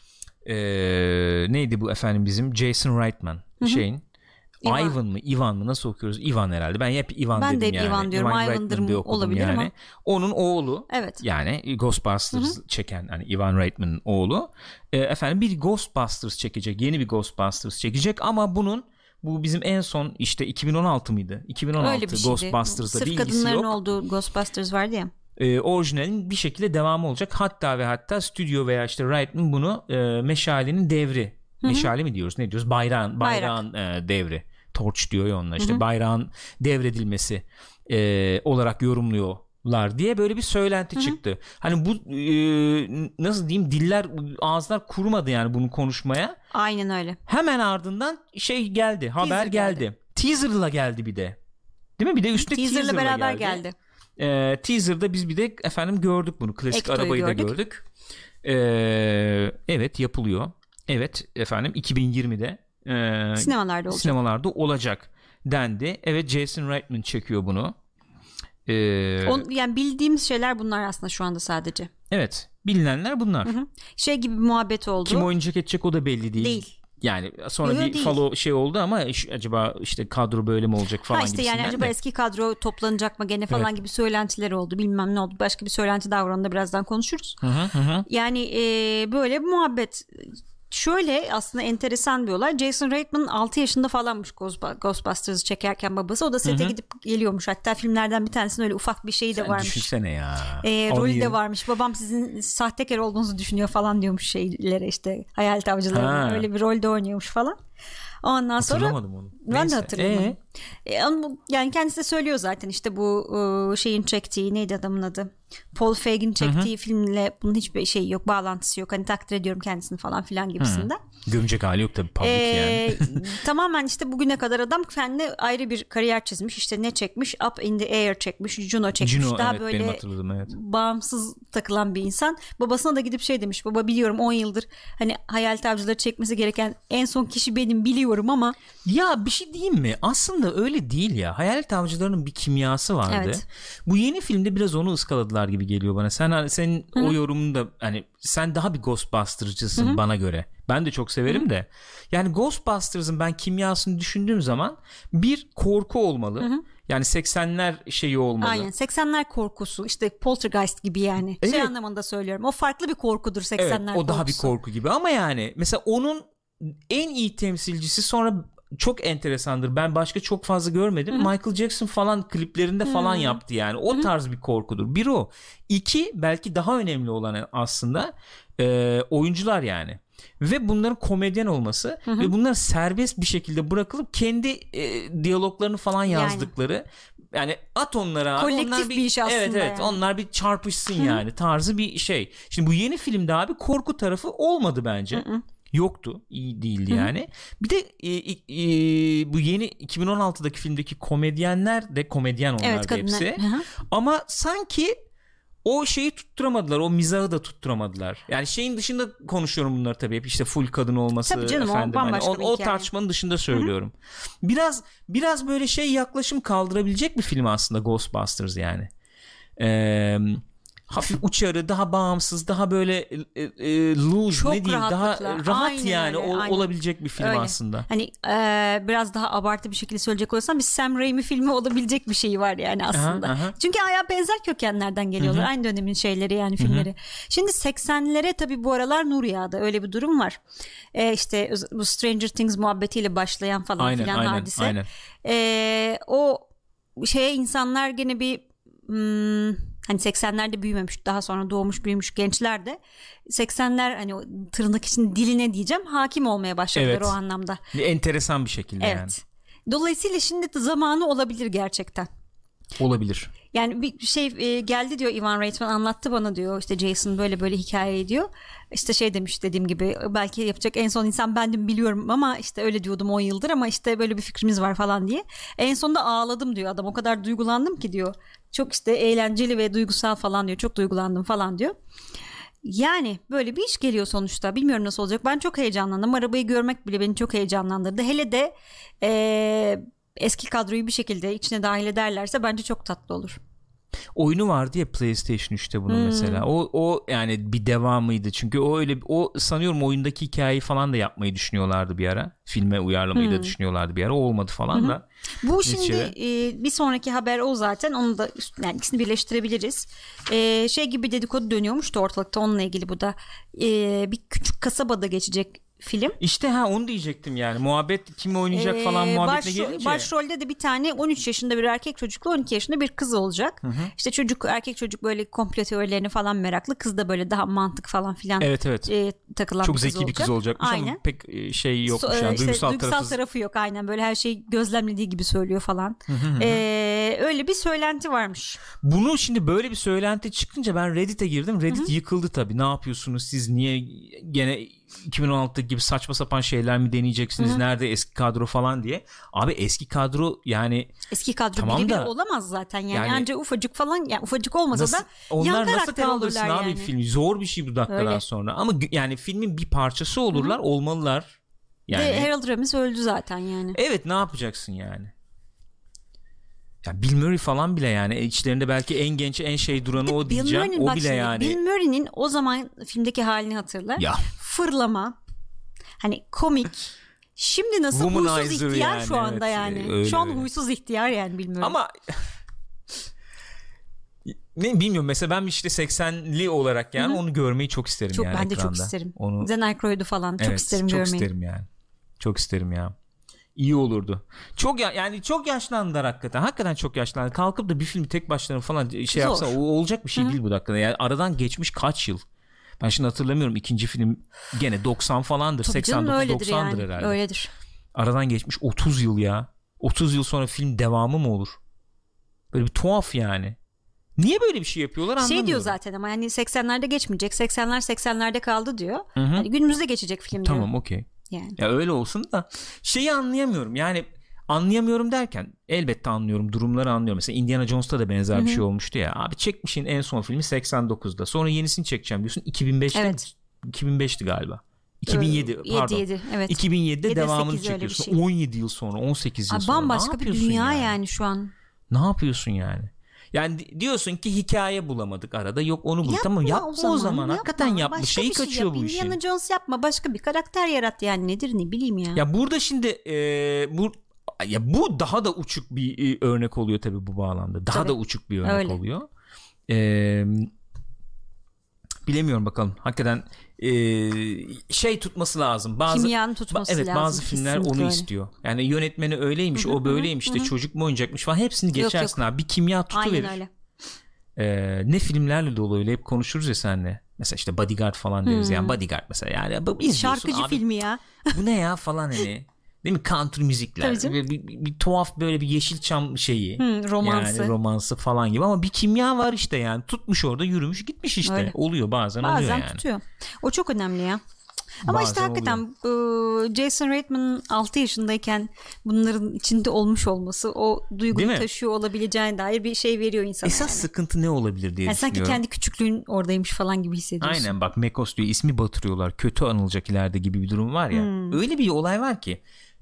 Speaker 1: neydi bu efendim, bizim Jason Reitman şeyin Ivan mı nasıl okuyoruz? Ivan herhalde. Ben hep Ivan dedim yani. Ben de
Speaker 2: Ivan diyorum. Ivan'dır mı olabilir yani. Ama.
Speaker 1: Onun oğlu.
Speaker 2: Evet.
Speaker 1: Yani Ghostbusters çeken hani Ivan Reitman'ın oğlu. Efendim bir Ghostbusters çekecek. Yeni bir Ghostbusters çekecek ama bu bizim en son işte 2016 mıydı? 2016 Ghostbusters'da bir ilgisi yok.
Speaker 2: Sırf kadınların olduğu Ghostbusters vardı ya.
Speaker 1: Orijinalin bir şekilde devamı olacak. Hatta stüdyo veya işte Reitman bunu meşalenin devri. Meşale mi diyoruz? Ne diyoruz? Bayrağın devri. Torch diyor ya onlar. İşte bayrağın devredilmesi olarak yorumluyorlar diye böyle bir söylenti çıktı. Hani bu nasıl diyeyim, ağızlar kurumadı yani bunu konuşmaya.
Speaker 2: Aynen öyle.
Speaker 1: Hemen ardından şey geldi. Haber geldi. Teaser'la geldi bir de. Değil mi? Bir de üstüne
Speaker 2: teaser'la beraber geldi.
Speaker 1: Teaser'da biz bir de efendim gördük bunu. Klasik Ekto'yu arabayı da gördük. Evet, yapılıyor. Evet efendim, 2020'de sinemalarda olacak dendi. Evet, Jason Reitman çekiyor bunu.
Speaker 2: Yani bildiğimiz şeyler bunlar aslında şu anda sadece.
Speaker 1: Evet, bilinenler bunlar.
Speaker 2: Şey gibi bir muhabbet oldu.
Speaker 1: Kim oynayacak edecek o da belli değil. Yani sonra bir follow şey oldu ama acaba işte kadro böyle mi olacak falan
Speaker 2: işte yani acaba eski kadro toplanacak mı gene falan gibi söylentiler oldu. Bilmem ne oldu. Başka bir söylenti daha var, onu da birazdan konuşuruz. Yani böyle bir muhabbet. Şöyle aslında enteresan bir olay. Jason Reitman 6 yaşında falanmış Ghostbusters'ı çekerken babası. O da sete gidip geliyormuş. Hatta filmlerden bir tanesinin öyle ufak bir şeyi de varmış.
Speaker 1: Düşünsene ya.
Speaker 2: Rolü de varmış. Babam sizin sahtekar olduğunuzu düşünüyor falan diyormuş şeylere, işte hayalet avcıları. Öyle bir rolde oynuyormuş falan. Ondan sonra
Speaker 1: hatırlamadım onu.
Speaker 2: Ben de hatırlamadım. Yani kendisi de söylüyor zaten, işte bu şeyin çektiği, neydi adamın adı? Paul Feig'in çektiği filmle bunun hiçbir şey yok, bağlantısı yok. Hani takdir ediyorum kendisini falan filan gibisinden.
Speaker 1: Gömecek hali yok tabii, public yani.
Speaker 2: Tamamen işte bugüne kadar adam kendine ayrı bir kariyer çizmiş. İşte ne çekmiş? Up in the Air çekmiş, Juno çekmiş. Daha evet, böyle bağımsız takılan bir insan. Babasına da gidip şey demiş: baba biliyorum 10 yıldır hani hayalet avcıları çekmesi gereken en son kişi benim, biliyorum ama.
Speaker 1: Ya bir şey diyeyim mi? Aslında öyle değil ya. Hayalet avcılarının bir kimyası vardı. Evet. Bu yeni filmde biraz onu ıskaladılar gibi geliyor bana. Senin o yorumunda hani sen daha bir Ghostbusters'cısın bana göre. Ben de çok severim de. Yani Ghostbusters'ın ben kimyasını düşündüğüm zaman bir korku olmalı. Yani 80'ler şeyi olmalı.
Speaker 2: Aynen, 80'ler korkusu, işte Poltergeist gibi yani. Evet. Şey anlamında söylüyorum. O farklı bir korkudur 80'ler korkusu.
Speaker 1: Evet, o daha bir korku gibi ama yani mesela onun en iyi temsilcisi, sonra çok enteresandır. Ben başka çok fazla görmedim. Michael Jackson falan kliplerinde falan yaptı yani. O tarz bir korkudur. Bir o. 2 belki daha önemli olan aslında oyuncular yani. Ve bunların komedyen olması ve bunların serbest bir şekilde bırakılıp kendi diyaloglarını falan yazdıkları. Yani at onlara.
Speaker 2: Kolektif
Speaker 1: onlar
Speaker 2: bir iş aslında.
Speaker 1: Evet
Speaker 2: yani.
Speaker 1: Onlar bir çarpışsın yani tarzı bir şey. Şimdi bu yeni filmde abi korku tarafı olmadı bence. Yoktu. İyi değildi yani. Bir de bu yeni 2016'daki filmdeki komedyenler de komedyen onlar hepsi. Ama sanki o şeyi tutturamadılar. O mizahı da tutturamadılar. Yani şeyin dışında konuşuyorum bunları tabii. Hep işte full kadın olması.
Speaker 2: Tabii canım,
Speaker 1: efendim. O
Speaker 2: bir
Speaker 1: tartışmanın dışında söylüyorum. Biraz böyle yaklaşım kaldırabilecek bir film aslında Ghostbusters yani. hafif uçarı, daha bağımsız, daha böyle loose,
Speaker 2: çok
Speaker 1: ne diyeyim, daha rahat
Speaker 2: aynen
Speaker 1: yani
Speaker 2: öyle, aynen.
Speaker 1: olabilecek bir film öyle. Aslında.
Speaker 2: Hani biraz daha abartı bir şekilde söyleyecek olursam bir Sam Raimi filmi olabilecek bir şey var yani aslında. Aha. Çünkü ayağa benzer kökenlerden geliyorlar. Hı-hı. Aynı dönemin şeyleri yani filmleri. Hı-hı. Şimdi 80'lere tabii bu aralar nur yağdı. Öyle bir durum var. İşte bu Stranger Things muhabbetiyle başlayan falan filan hadise. Aynen. O şeye insanlar gene bir hani 80'lerde büyümemiş, daha sonra doğmuş büyümüş gençler de 80'ler hani o tırnak için diline diyeceğim hakim olmaya başladılar, evet. O anlamda.
Speaker 1: Enteresan bir şekilde evet. Yani.
Speaker 2: Dolayısıyla şimdi de zamanı olabilir gerçekten.
Speaker 1: Olabilir.
Speaker 2: Yani bir şey geldi diyor, Ivan Reitman anlattı bana diyor, işte Jason böyle hikaye diyor. İşte şey demiş, dediğim gibi belki yapacak en son insan bendim biliyorum ama işte öyle diyordum 10 yıldır ama işte böyle bir fikrimiz var falan diye. En sonunda ağladım diyor adam, o kadar duygulandım ki diyor. Çok işte eğlenceli ve duygusal falan diyor. Çok duygulandım falan diyor. Yani böyle bir iş geliyor sonuçta. Bilmiyorum nasıl olacak. Ben çok heyecanlandım. Arabayı görmek bile beni çok heyecanlandırdı. Hele de eski kadroyu bir şekilde içine dahil ederlerse bence çok tatlı olur.
Speaker 1: Oyunu vardı ya PlayStation 3'te bunun mesela. O yani bir devamıydı. Çünkü o sanıyorum oyundaki hikayeyi falan da yapmayı düşünüyorlardı bir ara. Filme uyarlamayı da düşünüyorlardı bir ara. O olmadı falan da.
Speaker 2: Bu şimdi bir sonraki haber o zaten. Onu da yani ikisini birleştirebiliriz. Şey gibi dedikodu dönüyormuş da ortalıkta onunla ilgili bu da. Bir küçük kasabada geçecek film.
Speaker 1: İşte onu diyecektim yani. Muhabbet kim oynayacak falan muhabbetine gelince.
Speaker 2: Başrolde de bir tane 13 yaşında bir erkek çocukla 12 yaşında bir kız olacak. Hı-hı. İşte erkek çocuk böyle komplo teorilerine falan meraklı. Kız da böyle daha mantık falan filan
Speaker 1: evet.
Speaker 2: Takılan
Speaker 1: çok
Speaker 2: bir kız
Speaker 1: zeki bir kız olacakmış
Speaker 2: aynen.
Speaker 1: Ama pek şey yokmuş yani. Duygusal
Speaker 2: tarafı yok aynen. Böyle her şeyi gözlemlediği gibi söylüyor falan. Öyle bir söylenti varmış.
Speaker 1: Bunu şimdi böyle bir söylenti çıkınca ben Reddit'e girdim. Reddit yıkıldı tabii. Ne yapıyorsunuz siz? Niye gene 2016'daki gibi saçma sapan şeyler mi deneyeceksiniz? Nerede eski kadro falan diye. Abi eski kadro yani
Speaker 2: eski kadro tamam biri olamaz zaten yani ancak ufacık falan, yani ufacık olmasa
Speaker 1: nasıl,
Speaker 2: da yan karakter olurlar
Speaker 1: abi
Speaker 2: yani.
Speaker 1: Film zor bir şey bu dakikadan öyle. Sonra ama yani filmin bir parçası olurlar, olmalılar. Yani
Speaker 2: ve Harold Ramis öldü zaten yani.
Speaker 1: Evet, ne yapacaksın yani? Ya Bill Murray falan bile yani içlerinde belki en genç en şey duranı o diyeceğim. O bile yani.
Speaker 2: Bill Murray'nin o zaman filmdeki halini hatırla. Ya. Fırlama. Hani komik. Şimdi nasıl huysuz ihtiyar yani, şu anda evet, yani. Öyle, şu an huysuz ihtiyar yani Bill Murray.
Speaker 1: Ama ne bilmiyorum mesela ben işte 80'li olarak yani onu görmeyi çok isterim
Speaker 2: çok,
Speaker 1: yani
Speaker 2: ben de
Speaker 1: ekranda.
Speaker 2: çok isterim. Zen Aykroyd'u falan çok isterim
Speaker 1: çok
Speaker 2: görmeyi.
Speaker 1: Çok isterim yani. Çok isterim ya. İyi olurdu. Yani çok yaşlandılar hakikaten. Hakikaten çok yaşlandı. Kalkıp da bir filmi tek başlarına falan şey yapsa olacak bir şey değil bu dakikada. Yani aradan geçmiş kaç yıl. Ben şimdi hatırlamıyorum, ikinci film gene 90 falandır. 89-90'dır yani. Herhalde.
Speaker 2: Öyledir.
Speaker 1: Aradan geçmiş 30 yıl ya. 30 yıl sonra film devamı mı olur? Böyle bir tuhaf yani. Niye böyle bir şey yapıyorlar anlamıyorum.
Speaker 2: Şey diyor zaten ama yani 80'lerde geçmeyecek. 80'lerde kaldı diyor. Yani günümüzde geçecek film diyor.
Speaker 1: Tamam, okey.
Speaker 2: Yani.
Speaker 1: Ya öyle olsun da şeyi anlayamıyorum. Yani anlayamıyorum derken elbette anlıyorum. Durumları anlıyorum. Mesela Indiana Jones'ta da benzer bir şey olmuştu ya. Abi çekmişin en son filmi 89'da. Sonra yenisini çekeceğim diyorsun. 2005'te
Speaker 2: evet.
Speaker 1: 2005'ti galiba. 2007 pardon.
Speaker 2: 7, evet.
Speaker 1: 2007'de devamını çekiyorsun. Şey. 17 yıl sonra, 18 yıl sonra.
Speaker 2: Bambaşka bir dünya yani şu an.
Speaker 1: Ne yapıyorsun yani? Yani diyorsun ki hikaye bulamadık arada. Yok onu bul. Tamam yapma o zaman. Hakikaten yapma. Başka şeyi kaçıyor bu işin.
Speaker 2: Indiana Jones yapma. Başka bir karakter yarat yani, nedir ne bileyim ya.
Speaker 1: Ya burada şimdi bu daha da uçuk bir örnek oluyor tabii bu bağlamda. Daha da uçuk bir örnek oluyor. Bilemiyorum bakalım. Hakikaten şey tutması lazım.
Speaker 2: Kimyanın tutması lazım.
Speaker 1: Evet, bazı filmler onu istiyor. Yani yönetmeni öyleymiş, o böyleymiş de çocuk mu oynayacakmış falan, hepsini geçersin abi. Bir kimya tutuverir.
Speaker 2: Aynen
Speaker 1: öyle. Ne filmlerle dolu öyle, hep konuşuruz ya seninle. Mesela işte Bodyguard falan deriz yani. Bodyguard mesela yani.
Speaker 2: Şarkıcı abi, filmi ya.
Speaker 1: Bu ne ya falan hani. Değil mi? Country müzikler. Bir tuhaf böyle bir Yeşilçam şeyi.
Speaker 2: Romansı.
Speaker 1: Yani romansı falan gibi ama bir kimya var işte yani. Tutmuş orada, yürümüş gitmiş işte. Öyle. Oluyor bazen oluyor yani.
Speaker 2: Bazen tutuyor. O çok önemli ya. Ama bazen işte hakikaten Jason Reitman'ın 6 yaşındayken bunların içinde olmuş olması o duyguyu taşıyor olabileceğine dair bir şey veriyor insana.
Speaker 1: Esas yani. Sıkıntı ne olabilir diye
Speaker 2: yani
Speaker 1: düşünüyorum.
Speaker 2: Sanki kendi küçüklüğün oradaymış falan gibi hissediyorsun.
Speaker 1: Aynen bak, Mekos diyor, ismi batırıyorlar. Kötü anılacak ileride gibi bir durum var ya. Öyle bir olay var ki.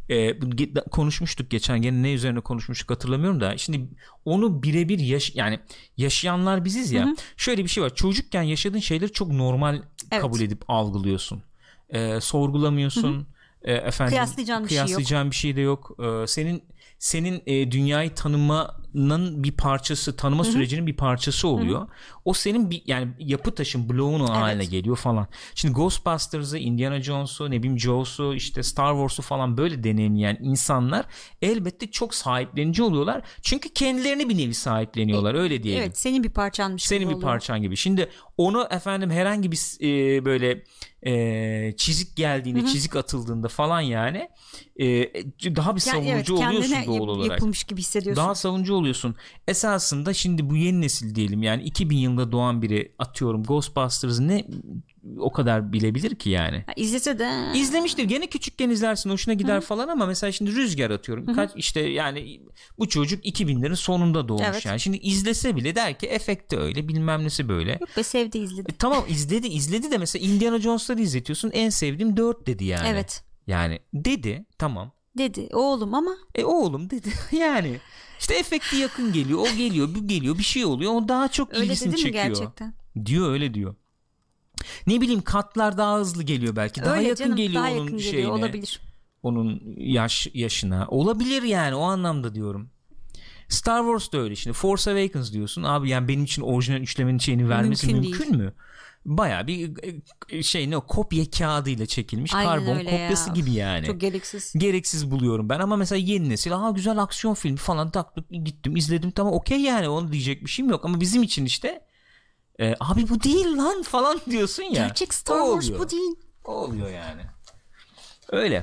Speaker 1: konuşmuştuk geçen, gene ne üzerine konuşmuştuk hatırlamıyorum da, şimdi onu birebir yani yaşayanlar biziz ya. Şöyle bir şey var, çocukken yaşadığın şeyleri çok normal kabul edip algılıyorsun, sorgulamıyorsun. Efendim, kıyaslayacağın bir şey de yok. Senin dünyayı tanımanın bir parçası, tanıma sürecinin bir parçası oluyor. O senin bir yani yapı taşın, bloğun haline geliyor falan. Şimdi Ghostbusters'ı, Indiana Jones'u, ne bileyim Jaws'u, işte Star Wars'u falan böyle deneyimleyen insanlar elbette çok sahiplenici oluyorlar. Çünkü kendilerini bir nevi sahipleniyorlar, öyle diyelim.
Speaker 2: Evet, senin bir parçanmış gibi
Speaker 1: senin
Speaker 2: oluyor.
Speaker 1: Bir parçan gibi. Şimdi onu efendim herhangi bir böyle çizik geldiğinde, çizik atıldığında falan yani daha bir savunucu oluyorsun doğal olarak.
Speaker 2: Yapılmış gibi hissediyorsun.
Speaker 1: Daha savunucu oluyorsun. Esasında şimdi bu yeni nesil diyelim, yani 2000 yılında doğan biri, atıyorum Ghostbusters'ı ne o kadar bilebilir ki yani.
Speaker 2: İzlese de.
Speaker 1: İzlemiştir. Gene küçükken izlersin, hoşuna gider falan, ama mesela şimdi Rüzgar atıyorum. Kaç işte yani bu çocuk 2000'lerin sonunda doğmuş yani. Şimdi izlese bile der ki efekti öyle, bilmem nesi böyle.
Speaker 2: Yok be, sevdi, izledi.
Speaker 1: Tamam, izledi de mesela Indiana Jones'ları izletiyorsun. En sevdiğim 4 dedi yani.
Speaker 2: Evet.
Speaker 1: Yani dedi, tamam.
Speaker 2: Dedi oğlum ama.
Speaker 1: Oğlum dedi yani. İşte efekti yakın geliyor, o geliyor, bu geliyor, bir şey oluyor. O daha çok ilgisini çekiyor.
Speaker 2: Öyle dedi mi gerçekten?
Speaker 1: Diyor, öyle diyor. Ne bileyim, katlar daha hızlı geliyor belki. Daha
Speaker 2: öyle
Speaker 1: yakın
Speaker 2: canım,
Speaker 1: geliyor
Speaker 2: daha
Speaker 1: onun
Speaker 2: yakın
Speaker 1: şeyine.
Speaker 2: geliyor, olabilir.
Speaker 1: Onun yaşına. Olabilir yani, o anlamda diyorum. Star Wars da öyle şimdi. Force Awakens diyorsun. Abi yani benim için orijinal üçlemenin şeyini vermesi mümkün mü? Bayağı bir şey, ne o, kopya kağıdıyla çekilmiş.
Speaker 2: Aynen,
Speaker 1: karbon kopyası gibi yani.
Speaker 2: Çok gereksiz.
Speaker 1: Gereksiz buluyorum ben, ama mesela yeni nesil güzel aksiyon filmi falan taktık, gittim izledim, tamam okey yani, onu diyecek bir şeyim yok, ama bizim için işte abi bu değil lan falan diyorsun ya.
Speaker 2: Gerçek Star Wars bu değil.
Speaker 1: O oluyor yani. Öyle.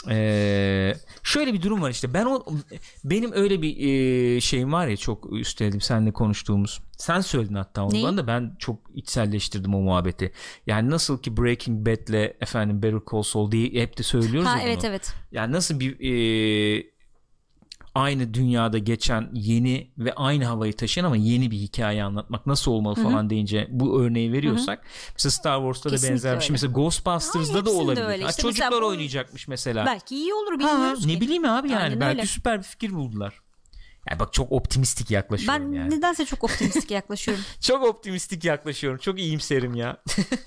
Speaker 1: Şöyle bir durum var işte. Benim öyle bir şeyim var ya, çok üsteledim seninle konuştuğumuz. Sen söyledin hatta onu bana da, ben çok içselleştirdim o muhabbeti. Yani nasıl ki Breaking Bad'le efendim Better Call Saul diye hep de söylüyoruz ya bunu.
Speaker 2: Evet.
Speaker 1: Yani nasıl bir aynı dünyada geçen, yeni ve aynı havayı taşıyan ama yeni bir hikaye anlatmak nasıl olmalı falan deyince bu örneği veriyorsak, mesela Star Wars'ta da benzer bir şey. Mesela Ghostbusters'da da olabilir. İşte çocuklar mesela oynayacakmış mesela.
Speaker 2: Belki iyi olur, bilmiyoruz ki.
Speaker 1: Ne bileyim abi yani.
Speaker 2: Aynen
Speaker 1: belki
Speaker 2: öyle.
Speaker 1: Süper bir fikir buldular. Yani bak, çok optimistik yaklaşıyorum
Speaker 2: ben
Speaker 1: yani.
Speaker 2: nedense çok optimistik yaklaşıyorum.
Speaker 1: Çok optimistik yaklaşıyorum. Çok iyimserim ya.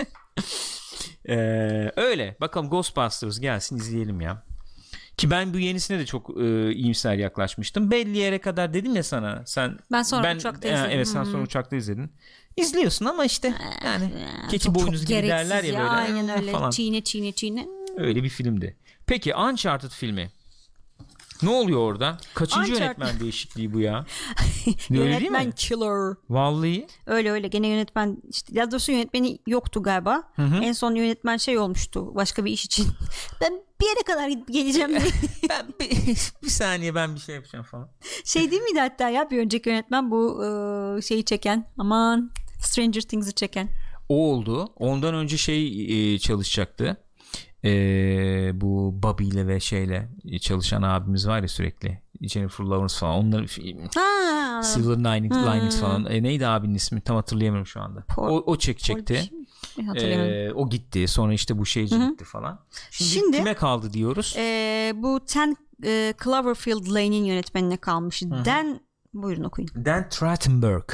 Speaker 1: Öyle. Bakalım, Ghostbusters gelsin, izleyelim ya. Ki ben bu yenisine de çok iyimser yaklaşmıştım. Belli yere kadar dedim ya sana.
Speaker 2: Ben sonra uçakta izledim.
Speaker 1: Evet, sen sonra uçakta izledin. İzliyorsun ama işte yani keçi boynuzu gibi derler ya böyle.
Speaker 2: Aynen öyle.
Speaker 1: Falan.
Speaker 2: Çiğne.
Speaker 1: Öyle bir filmdi. Peki Uncharted filmi. Ne oluyor orada? Kaçıncı yönetmen değişikliği bu ya?
Speaker 2: Yönetmen killer.
Speaker 1: Vallahi.
Speaker 2: Öyle. Gene yönetmen işte, ya doğrusu yönetmeni yoktu galiba. En son yönetmen şey olmuştu başka bir iş için. Ben bir yere kadar geleceğim diye.
Speaker 1: Ben bir saniye, ben bir şey yapacağım falan.
Speaker 2: Şey değil miydi hatta ya, bir önceki yönetmen bu şeyi çeken, aman Stranger Things'i çeken.
Speaker 1: O oldu. Ondan önce çalışacaktı. Bu Bobby ile ve şeyle çalışan abimiz var ya, sürekli Jennifer Lawrence falan, onların Silver Linings falan, neydi abinin ismi, tam hatırlayamıyorum şu anda. O çekecekti. O gitti, sonra işte bu şeyci gitti falan. Şimdi kime kaldı diyoruz?
Speaker 2: Bu 10 Cloverfield Lane'in yönetmenine kalmış. Buyurun okuyun.
Speaker 1: Dan Trachtenberg.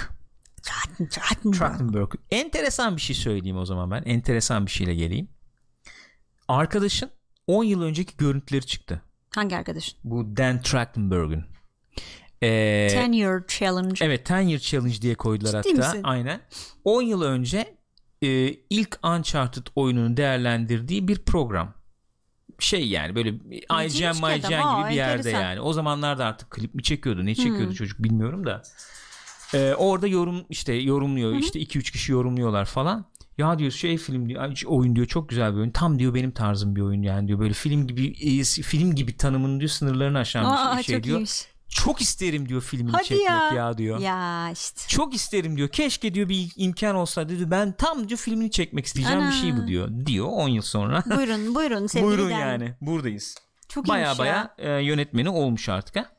Speaker 1: Enteresan bir şey söyleyeyim o zaman ben. Enteresan bir şeyle geleyim. Arkadaşın 10 yıl önceki görüntüleri çıktı.
Speaker 2: Hangi arkadaşın?
Speaker 1: Bu Dan Trachtenberg'in.
Speaker 2: 10 Year Challenge.
Speaker 1: Evet, 10 Year Challenge diye koydular.
Speaker 2: Ciddi
Speaker 1: hatta.
Speaker 2: Misin?
Speaker 1: Aynen. 10 yıl önce ilk Uncharted oyununu değerlendirdiği bir program. Şey yani böyle IGN gibi bir yerde yani. O zamanlarda artık klip mi çekiyordu, ne çekiyordu çocuk bilmiyorum da. Orada yorumluyor. İşte 2-3 kişi yorumluyorlar falan. Ya diyor oyun diyor, çok güzel bir oyun. Tam diyor benim tarzım bir oyun yani diyor. Böyle film gibi tanımını diyor, sınırlarını aşan bir şey diyor. Iyiymiş. Çok isterim diyor filmini çekmek ya diyor.
Speaker 2: Ya işte.
Speaker 1: Çok isterim diyor. Keşke diyor bir imkan olsa diyor. Ben tam diyor filmini çekmek isteyeceğim bir şey bu diyor 10 yıl sonra.
Speaker 2: Buyurun sevgili
Speaker 1: Buyurun yani. Buradayız.
Speaker 2: Çok
Speaker 1: baya yönetmeni olmuş artık ha.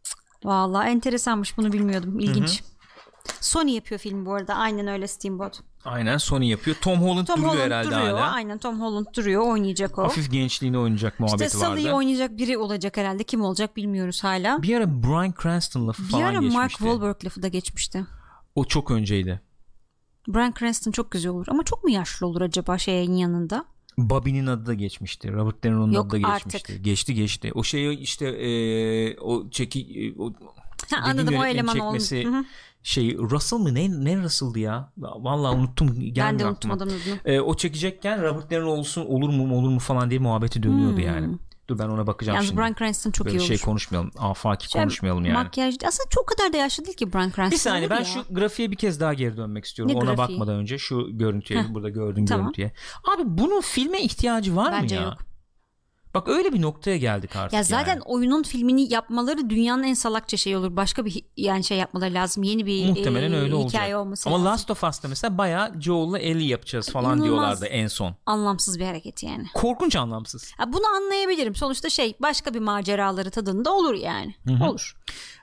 Speaker 2: Vallahi enteresanmış, bunu bilmiyordum. İlginç. Sony yapıyor film bu arada. Aynen öyle, Steamboat.
Speaker 1: Aynen, Sony yapıyor. Tom Holland duruyor herhalde hala.
Speaker 2: Aynen, Tom Holland duruyor, oynayacak o.
Speaker 1: Hafif gençliğini oynayacak muhabbeti vardı.
Speaker 2: İşte Sully'yi oynayacak biri olacak herhalde. Kim olacak bilmiyoruz hala.
Speaker 1: Bir ara Bryan Cranston lafı falan geçmişti.
Speaker 2: Bir ara Mark Wahlberg lafı da geçmişti.
Speaker 1: O çok önceydi.
Speaker 2: Bryan Cranston çok güzel olur ama çok mu yaşlı olur acaba şeyin yanında?
Speaker 1: Bobby'nin adı da geçmişti. Robert De Niro'nun adı da geçmişti.
Speaker 2: Artık.
Speaker 1: Geçti. O şey işte o
Speaker 2: anladım, o eleman
Speaker 1: çekmesi Russell mı ne Russell'dı ya? Vallahi unuttum.
Speaker 2: Ben de unutmadım.
Speaker 1: O çekecekken Robert De Niro olur mu falan diye muhabbeti dönüyordu yani. Dur ben ona bakacağım
Speaker 2: yalnız
Speaker 1: şimdi.
Speaker 2: Bryan Cranston çok iyi olur.
Speaker 1: Konuşmayalım. Afaki konuşmayalım yani.
Speaker 2: Makyaj aslında çok kadar da yaşlı değil ki Bryan Cranston.
Speaker 1: Bir saniye, ben şu grafiğe bir kez daha geri dönmek istiyorum. Ona bakmadan önce şu görüntüye, burada gördüğün görüntüye. Abi bunun filme ihtiyacı var
Speaker 2: Bence
Speaker 1: mı ya?
Speaker 2: Yok.
Speaker 1: Bak öyle bir noktaya geldik artık.
Speaker 2: Ya zaten yani oyunun filmini yapmaları dünyanın en salakça şey olur. Başka bir yani şey yapmaları lazım. Yeni bir
Speaker 1: muhtemelen öyle
Speaker 2: hikaye
Speaker 1: olacak.
Speaker 2: olması
Speaker 1: ama
Speaker 2: lazım.
Speaker 1: Last of Us'ta mesela bayağı Joel'la Ellie yapacağız falan İnanılmaz diyorlardı en son.
Speaker 2: Anlamsız bir hareket yani.
Speaker 1: Korkunç anlamsız.
Speaker 2: Ya bunu anlayabilirim. Sonuçta başka bir maceraları tadında olur yani. Hı-hı. Olur.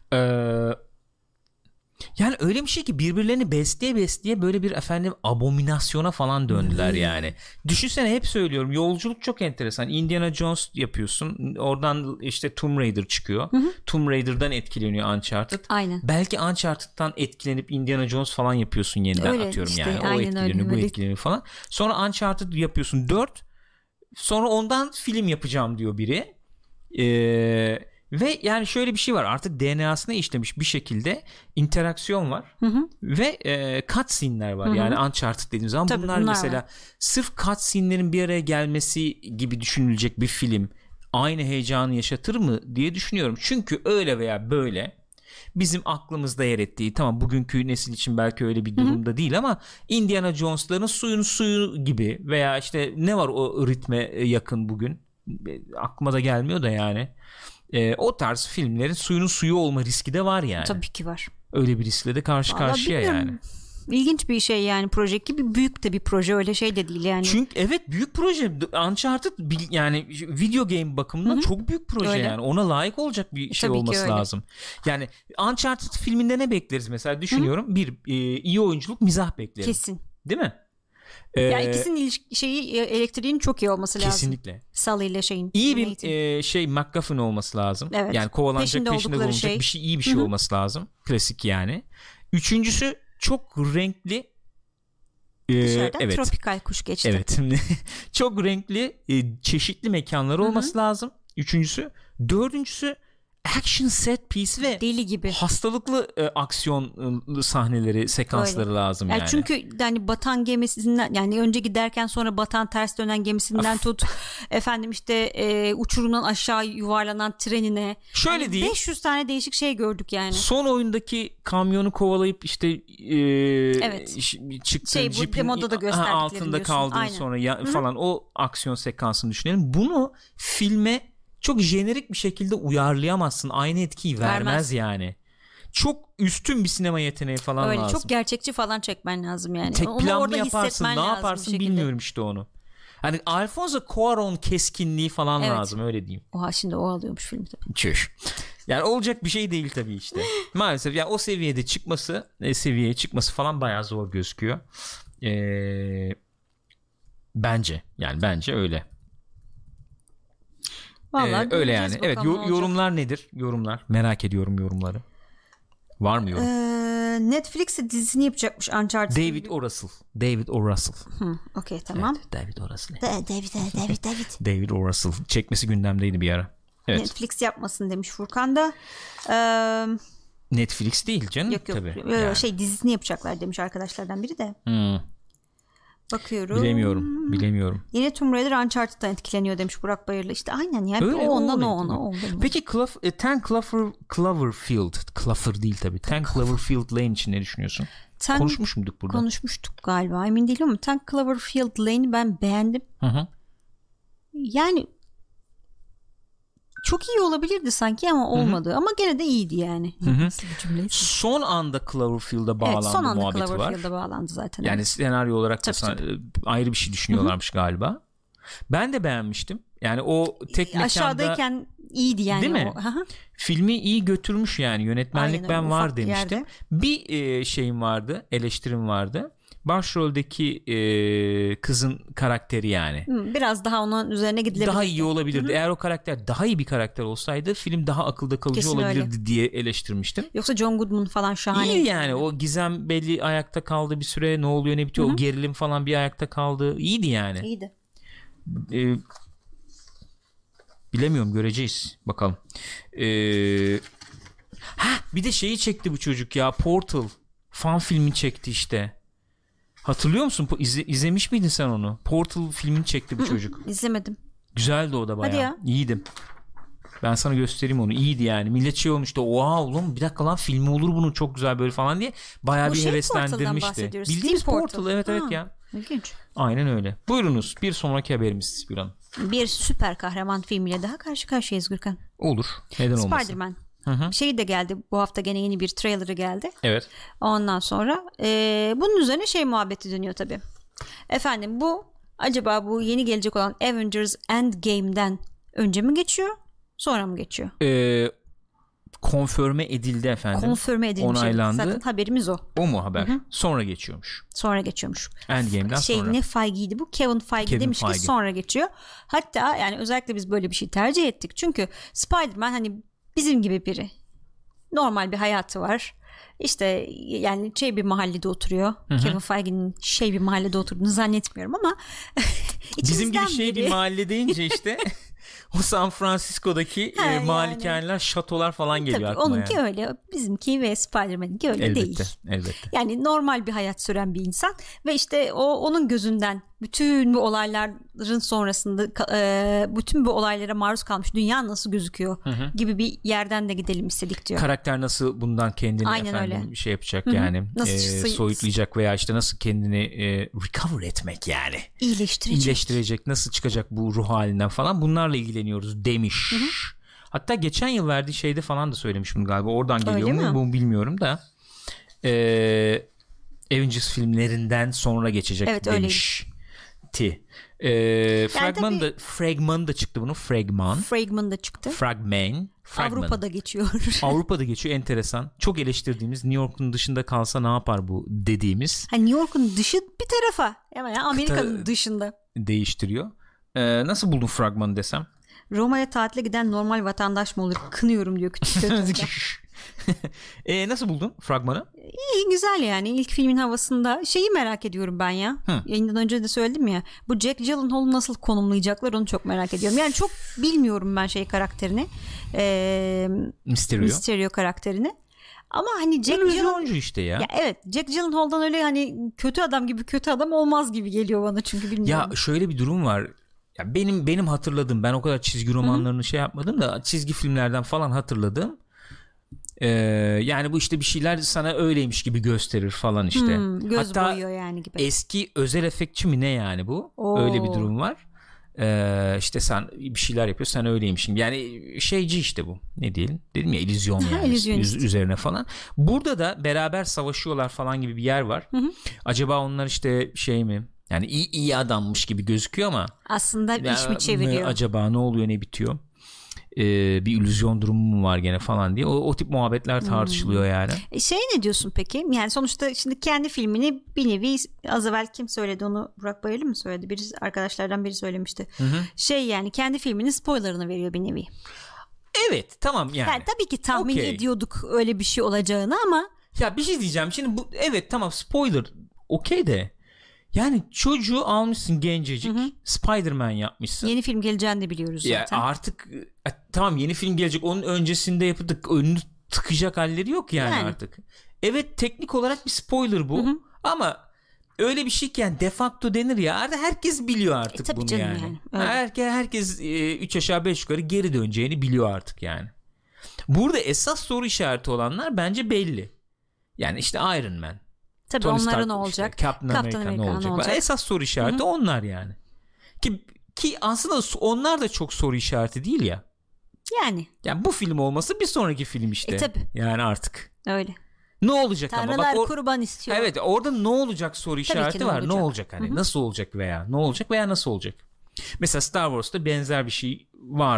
Speaker 1: Yani öyle bir şey ki birbirlerini besleye böyle bir abominasyona falan döndüler yani. Düşünsene, hep söylüyorum, yolculuk çok enteresan. Indiana Jones yapıyorsun, oradan işte Tomb Raider çıkıyor. Tomb Raider'dan etkileniyor Uncharted.
Speaker 2: Aynen.
Speaker 1: Belki Uncharted'dan etkilenip Indiana Jones falan yapıyorsun yeniden, öyle atıyorum işte, yani. O etkileniyor, bu etkileniyor falan. Sonra Uncharted yapıyorsun 4. Sonra ondan film yapacağım diyor biri. Ve yani şöyle bir şey var, artık DNA'sına işlemiş bir şekilde interaksiyon var. Ve cutscene'ler var. Yani Uncharted dediğimiz zaman
Speaker 2: tabii,
Speaker 1: bunlar mesela
Speaker 2: var.
Speaker 1: Sırf cutscene'lerin bir araya gelmesi gibi düşünülecek bir film aynı heyecanı yaşatır mı diye düşünüyorum. Çünkü öyle veya böyle bizim aklımızda yer ettiği, tamam bugünkü nesil için belki öyle bir durumda değil ama Indiana Jones'ların suyun suyu gibi veya işte ne var o ritme yakın bugün, aklıma da gelmiyor da yani. O tarz filmlerin suyunun suyu olma riski de var yani.
Speaker 2: Tabii ki var.
Speaker 1: Öyle bir riskle de karşıya yani.
Speaker 2: İlginç bir şey yani, proje gibi, büyük de bir proje, öyle şey de değil yani.
Speaker 1: Çünkü evet, büyük proje. Uncharted yani video game bakımından çok büyük proje öyle. Yani ona layık olacak bir şey
Speaker 2: tabii
Speaker 1: olması lazım. Yani Uncharted filminde ne bekleriz mesela, düşünüyorum. Bir iyi oyunculuk, mizah bekleriz.
Speaker 2: Kesin.
Speaker 1: Değil mi?
Speaker 2: Yani ikisinin elektriğinin çok iyi olması lazım.
Speaker 1: Kesinlikle.
Speaker 2: Sully ile şeyin.
Speaker 1: İyi bir MacGuffin olması lazım.
Speaker 2: Evet.
Speaker 1: Yani kovalanacak, peşinde bulunacak bir şey, iyi bir şey olması lazım. Klasik yani. Üçüncüsü çok renkli.
Speaker 2: Dışarıdan
Speaker 1: evet.
Speaker 2: Tropikal kuş geçti.
Speaker 1: Evet. Çok renkli, çeşitli mekanlar olması lazım. Üçüncüsü. Dördüncüsü action set piece ve
Speaker 2: deli gibi
Speaker 1: hastalıklı aksiyon sahneleri, sekansları öyle lazım yani.
Speaker 2: Çünkü yani batan gemisinden, yani önce giderken sonra batan ters dönen gemisinden tut efendim işte uçurumdan aşağı yuvarlanan trenine.
Speaker 1: Şöyle
Speaker 2: yani
Speaker 1: diyeyim.
Speaker 2: 500 tane değişik şey gördük yani.
Speaker 1: Son oyundaki kamyonu kovalayıp işte
Speaker 2: evet.
Speaker 1: çıktığın
Speaker 2: jipin
Speaker 1: altında kaldığın sonra falan o aksiyon sekansını düşünelim. Bunu filme çok jenerik bir şekilde uyarlayamazsın. Aynı etkiyi vermez yani. Çok üstün bir sinema yeteneği falan
Speaker 2: öyle,
Speaker 1: lazım.
Speaker 2: Çok gerçekçi falan çekmen lazım yani.
Speaker 1: Tek
Speaker 2: onu
Speaker 1: planlı
Speaker 2: orada
Speaker 1: yaparsın, ne yaparsın bilmiyorum işte onu. Hani Alfonso Cuarón keskinliği falan lazım, öyle diyeyim.
Speaker 2: Oha, şimdi o alıyormuş filmi tabii.
Speaker 1: Çüş. Yani olacak bir şey değil tabii işte. Maalesef yani o seviyeye çıkması falan bayağı zor gözüküyor. Bence öyle. Öyle yani. Evet, yorumlar nedir? Yorumlar. Merak ediyorum yorumları. Var mı yorum?
Speaker 2: Netflix'e dizisini yapacakmış Uncharted.
Speaker 1: David O. Russell.
Speaker 2: Okey, tamam.
Speaker 1: Evet, David O. Russell.
Speaker 2: David
Speaker 1: O. Russell. Çekmesi gündemdeydi bir ara. Evet.
Speaker 2: Netflix yapmasın demiş Furkan da.
Speaker 1: Netflix değil canım.
Speaker 2: Yok.
Speaker 1: Tabii.
Speaker 2: Yani. Dizisini yapacaklar demiş arkadaşlardan biri de. Bakıyorum.
Speaker 1: Bilemiyorum.
Speaker 2: Yine Tomb Raider Uncharted'dan etkileniyor demiş Burak Bayırlı. İşte aynen yani.
Speaker 1: Öyle,
Speaker 2: o ona.
Speaker 1: Peki Cloverfield değil tabii. 10 Cloverfield Lane için ne düşünüyorsun? Konuşmuş muyduk burada?
Speaker 2: Konuşmuştuk galiba, emin değilim ama 10 Cloverfield Lane'i ben beğendim. Yani çok iyi olabilirdi sanki ama olmadı. Ama gene de iyiydi yani.
Speaker 1: Son anda Cloverfield'a bağlandı,
Speaker 2: son anda
Speaker 1: muhabbeti var.
Speaker 2: Cloverfield'a bağlandı zaten.
Speaker 1: Yani senaryo olarak da ayrı bir şey düşünüyorlarmış galiba. Ben de beğenmiştim. Yani o tek mekanda
Speaker 2: aşağıdayken iyiydi yani.
Speaker 1: Değil mi? Filmi iyi götürmüş yani. Yönetmenlik aynen, ben var demiştim. Yerde. Bir şeyim vardı, eleştirim vardı. başroldeki kızın karakteri yani.
Speaker 2: Biraz daha onun üzerine gidilebilirdi.
Speaker 1: Daha iyi olabilirdi. Eğer o karakter daha iyi bir karakter olsaydı film daha akılda kalıcı
Speaker 2: Kesin
Speaker 1: olabilirdi
Speaker 2: öyle
Speaker 1: diye eleştirmiştim.
Speaker 2: Yoksa John Goodman falan şahane.
Speaker 1: İyi yani o gizem belli ayakta kaldı bir süre, ne oluyor ne bitiyor, o gerilim falan bir ayakta kaldı. İyiydi yani.
Speaker 2: İyiydi.
Speaker 1: Bilemiyorum, göreceğiz bakalım. Bir de şeyi çekti bu çocuk ya, Portal fan filmi çekti işte. Hatırlıyor musun? İzlemiş miydin sen onu? Portal filmini çekti bu çocuk.
Speaker 2: İzlemedim.
Speaker 1: Güzeldi o da bayağı.
Speaker 2: Hadi ya.
Speaker 1: İyiydi. Ben sana göstereyim onu. İyiydi yani. Millet şey olmuştu. Oha oğlum bir dakika lan filmi olur bunun çok güzel böyle falan diye. Bayağı bir heveslendirmişti. Bildiğimiz Portal evet ya.
Speaker 2: İlginç.
Speaker 1: Aynen öyle. Buyurunuz bir sonraki haberimiz bir an.
Speaker 2: Bir süper kahraman filmiyle daha karşı karşıyayız Gürkan.
Speaker 1: Olur. Neden olmasın?
Speaker 2: Spider-Man. Şey de geldi bu hafta, gene yeni bir trailer'ı geldi.
Speaker 1: Evet.
Speaker 2: Ondan sonra bunun üzerine muhabbeti dönüyor tabii. Efendim bu acaba bu yeni gelecek olan Avengers Endgame'den önce mi geçiyor, sonra mı geçiyor?
Speaker 1: Konfirme edildi efendim.
Speaker 2: Konfirme edilmiş.
Speaker 1: Onaylandı.
Speaker 2: Zaten haberimiz o.
Speaker 1: O mu haber? Sonra geçiyormuş.
Speaker 2: Sonra geçiyormuş.
Speaker 1: Endgame'den sonra.
Speaker 2: Ne Feige'ydi bu? Kevin Feige demiş ki sonra geçiyor. Hatta yani özellikle biz böyle bir şey tercih ettik. Çünkü Spider-Man hani bizim gibi biri. Normal bir hayatı var. İşte yani bir mahallede oturuyor. Kevin Feige'nin bir mahallede oturduğunu zannetmiyorum ama
Speaker 1: bizim gibi
Speaker 2: biri.
Speaker 1: Bir mahalle deyince işte o San Francisco'daki malikaneler, şatolar falan geliyor
Speaker 2: tabii,
Speaker 1: aklıma.
Speaker 2: Onunki
Speaker 1: yani.
Speaker 2: Öyle. Bizimki ve Spider-Man'inki öyle değil.
Speaker 1: Elbette.
Speaker 2: Yani normal bir hayat süren bir insan ve işte onun gözünden bütün bu olayların sonrasında bütün bu olaylara maruz kalmış dünya nasıl gözüküyor gibi bir yerden de gidelim istedik diyor.
Speaker 1: Karakter nasıl bundan kendini öyle. Şey yapacak yani soyutlayacak veya işte nasıl kendini recover etmek yani. İyileştirecek, nasıl çıkacak bu ruh halinden falan, bunlarla ilgileniyoruz demiş. Hatta geçen yıl verdiği şeyde falan da söylemiş bunu galiba. Oradan geliyor mu? Bunu bilmiyorum da. Avengers filmlerinden sonra geçecek demiş. Fragman da çıktı bunun. Fragman da çıktı. Fragman.
Speaker 2: Avrupa'da geçiyor.
Speaker 1: Avrupa'da geçiyor, enteresan. Çok eleştirdiğimiz, New York'un dışında kalsa ne yapar bu dediğimiz.
Speaker 2: New York'un dışı bir tarafa. Yani Amerika'nın dışında.
Speaker 1: Değiştiriyor. Nasıl buldun fragmanı desem?
Speaker 2: Roma'ya tatile giden normal vatandaş mı olur? Kınıyorum diyor küçük.
Speaker 1: Nasıl buldun fragmanı?
Speaker 2: İyi, güzel yani. İlk filmin havasında. Şeyi merak ediyorum ben ya. Yayından önce de söyledim ya. Bu Jack Gyllenhaal'ı nasıl konumlayacaklar onu çok merak ediyorum. Yani çok bilmiyorum ben karakterini. Mysterio karakterini. Ama hani Jack
Speaker 1: Gyllenhaal işte ya.
Speaker 2: Evet, Jack Gyllenhaal'dan öyle hani kötü adam gibi kötü adam olmaz gibi geliyor bana, çünkü bilmiyorum.
Speaker 1: Ya şöyle bir durum var. Ya benim hatırladığım, ben o kadar çizgi romanlarını yapmadım da çizgi filmlerden falan hatırladım. Yani bu işte bir şeyler sana öyleymiş gibi gösterir falan işte.
Speaker 2: Göz boyuyor yani gibi.
Speaker 1: Eski özel efektçi mi ne yani bu? Öyle bir durum var. İşte sen bir şeyler yapıyorsun, sen öyleymişsin. Yani şeyci işte bu. Ne diyelim? Dedim ya, illüzyon yani. Üzerine falan. Burada da beraber savaşıyorlar falan gibi bir yer var. Acaba onlar işte mi? Yani iyi adammış gibi gözüküyor ama
Speaker 2: aslında iş mi çeviriyor?
Speaker 1: Acaba ne oluyor, ne bitiyor? Bir illüzyon durumu mu var gene falan diye. O tip muhabbetler tartışılıyor yani.
Speaker 2: Ne diyorsun peki? Yani sonuçta şimdi kendi filmini bir nevi, az evvel kim söyledi onu? Burak Bayırlı mı söyledi? Arkadaşlardan biri söylemişti. Yani kendi filminin spoilerını veriyor bir nevi.
Speaker 1: Evet, tamam yani.
Speaker 2: Yani tabii ki tahmin ediyorduk öyle bir şey olacağını ama.
Speaker 1: Ya bir şey diyeceğim. Şimdi bu evet tamam spoiler okey de. Yani çocuğu almışsın gencecik, Spider-Man yapmışsın.
Speaker 2: Yeni film geleceğini de biliyoruz zaten.
Speaker 1: Ya artık tamam, yeni film gelecek, onun öncesinde yapıp önünü tıkacak halleri yok yani artık. Evet, teknik olarak bir spoiler bu ama öyle bir şey ki yani de facto denir ya, artık herkes biliyor artık bunu yani. Herkes 3 aşağı 5 yukarı geri döneceğini biliyor artık yani. Burada esas soru işareti olanlar bence belli. Yani işte Iron Man.
Speaker 2: Tabii Tony onlara Stark, ne olacak?
Speaker 1: İşte, Captain America ne olacak? Esas soru işareti onlar yani. Ki aslında onlar da çok soru işareti değil ya. Yani bu film olması bir sonraki film işte.
Speaker 2: Tabii.
Speaker 1: Yani artık.
Speaker 2: Öyle.
Speaker 1: Ne olacak
Speaker 2: Tanrılar
Speaker 1: ama? Bak
Speaker 2: kurban istiyor.
Speaker 1: Evet, orada ne olacak soru işareti var. Ne olacak hani? Nasıl olacak veya ne olacak veya nasıl olacak? Mesela Star Wars'ta benzer bir şey vardı.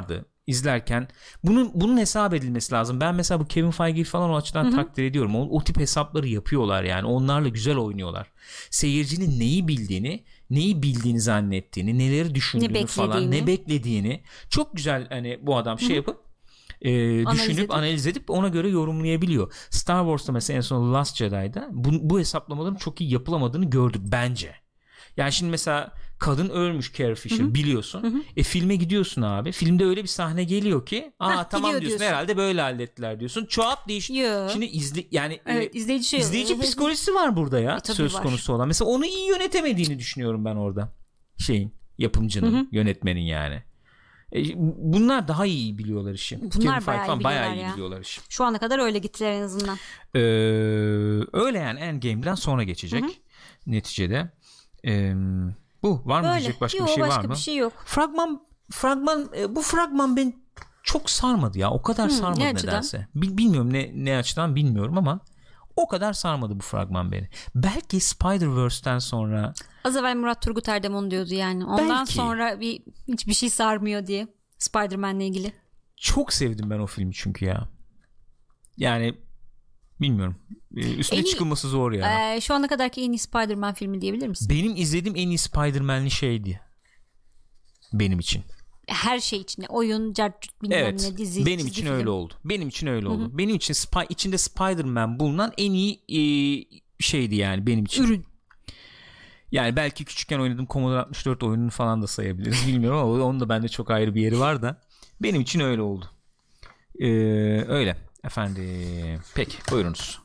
Speaker 1: izlerken bunun hesap edilmesi lazım. Ben mesela bu Kevin Feige'yi falan o açıdan takdir ediyorum. O tip hesapları yapıyorlar yani. Onlarla güzel oynuyorlar. Seyircinin neyi bildiğini zannettiğini, neleri düşündüğünü falan, ne beklediğini çok güzel hani bu adam yapıp düşünüp analiz edip ona göre yorumlayabiliyor. Star Wars'ta mesela en son Last Jedi'da bu hesaplamaların çok iyi yapılamadığını gördük bence. Yani şimdi mesela kadın ölmüş, Carrie Fisher, biliyorsun. Filme gidiyorsun abi. Filmde öyle bir sahne geliyor ki tamam diyorsun, herhalde böyle hallettiler diyorsun. Çoğap değiş. Şimdi izleyici psikolojisi var burada ya. Söz konusu olan. Mesela onu iyi yönetemediğini düşünüyorum ben orada. Yapımcının, yönetmenin yani. Bunlar daha iyi biliyorlar işi.
Speaker 2: Bunlar bayağı iyi
Speaker 1: biliyorlar işi.
Speaker 2: Şu ana kadar öyle gittiler en azından.
Speaker 1: Öyle yani, Endgame'den sonra geçecek neticede. Bu var mı
Speaker 2: böyle
Speaker 1: diyecek başka bir şey var mı?
Speaker 2: Başka bir şey yok.
Speaker 1: Bu fragman beni çok sarmadı ya. O kadar sarmadı nedense. Bilmiyorum ne açıdan bilmiyorum ama o kadar sarmadı bu fragman beni. Belki Spider-Verse'ten sonra.
Speaker 2: Az evvel Murat Turgut Erdem onu diyordu yani. Ondan sonra hiçbir şey sarmıyor diye Spider-Man'le ilgili.
Speaker 1: Çok sevdim ben o filmi çünkü ya. Yani bilmiyorum. Üstüne çıkılması zor ya.
Speaker 2: Şu ana kadarki en iyi Spider-Man filmi diyebilir misin?
Speaker 1: Benim izlediğim en iyi Spider-Man'li şeydi. Benim için.
Speaker 2: Her şey için. Oyun, bilmem ne, dizi.
Speaker 1: Benim için film. Öyle oldu. Benim için öyle oldu. Benim için içinde Spider-Man bulunan en iyi şeydi yani benim için.
Speaker 2: Ürün.
Speaker 1: Yani belki küçükken oynadığım Commodore 64 oyununu falan da sayabiliriz. Bilmiyorum ama onun da bende çok ayrı bir yeri var da. Benim için öyle oldu. Öyle. Efendim. Peki buyurunuz.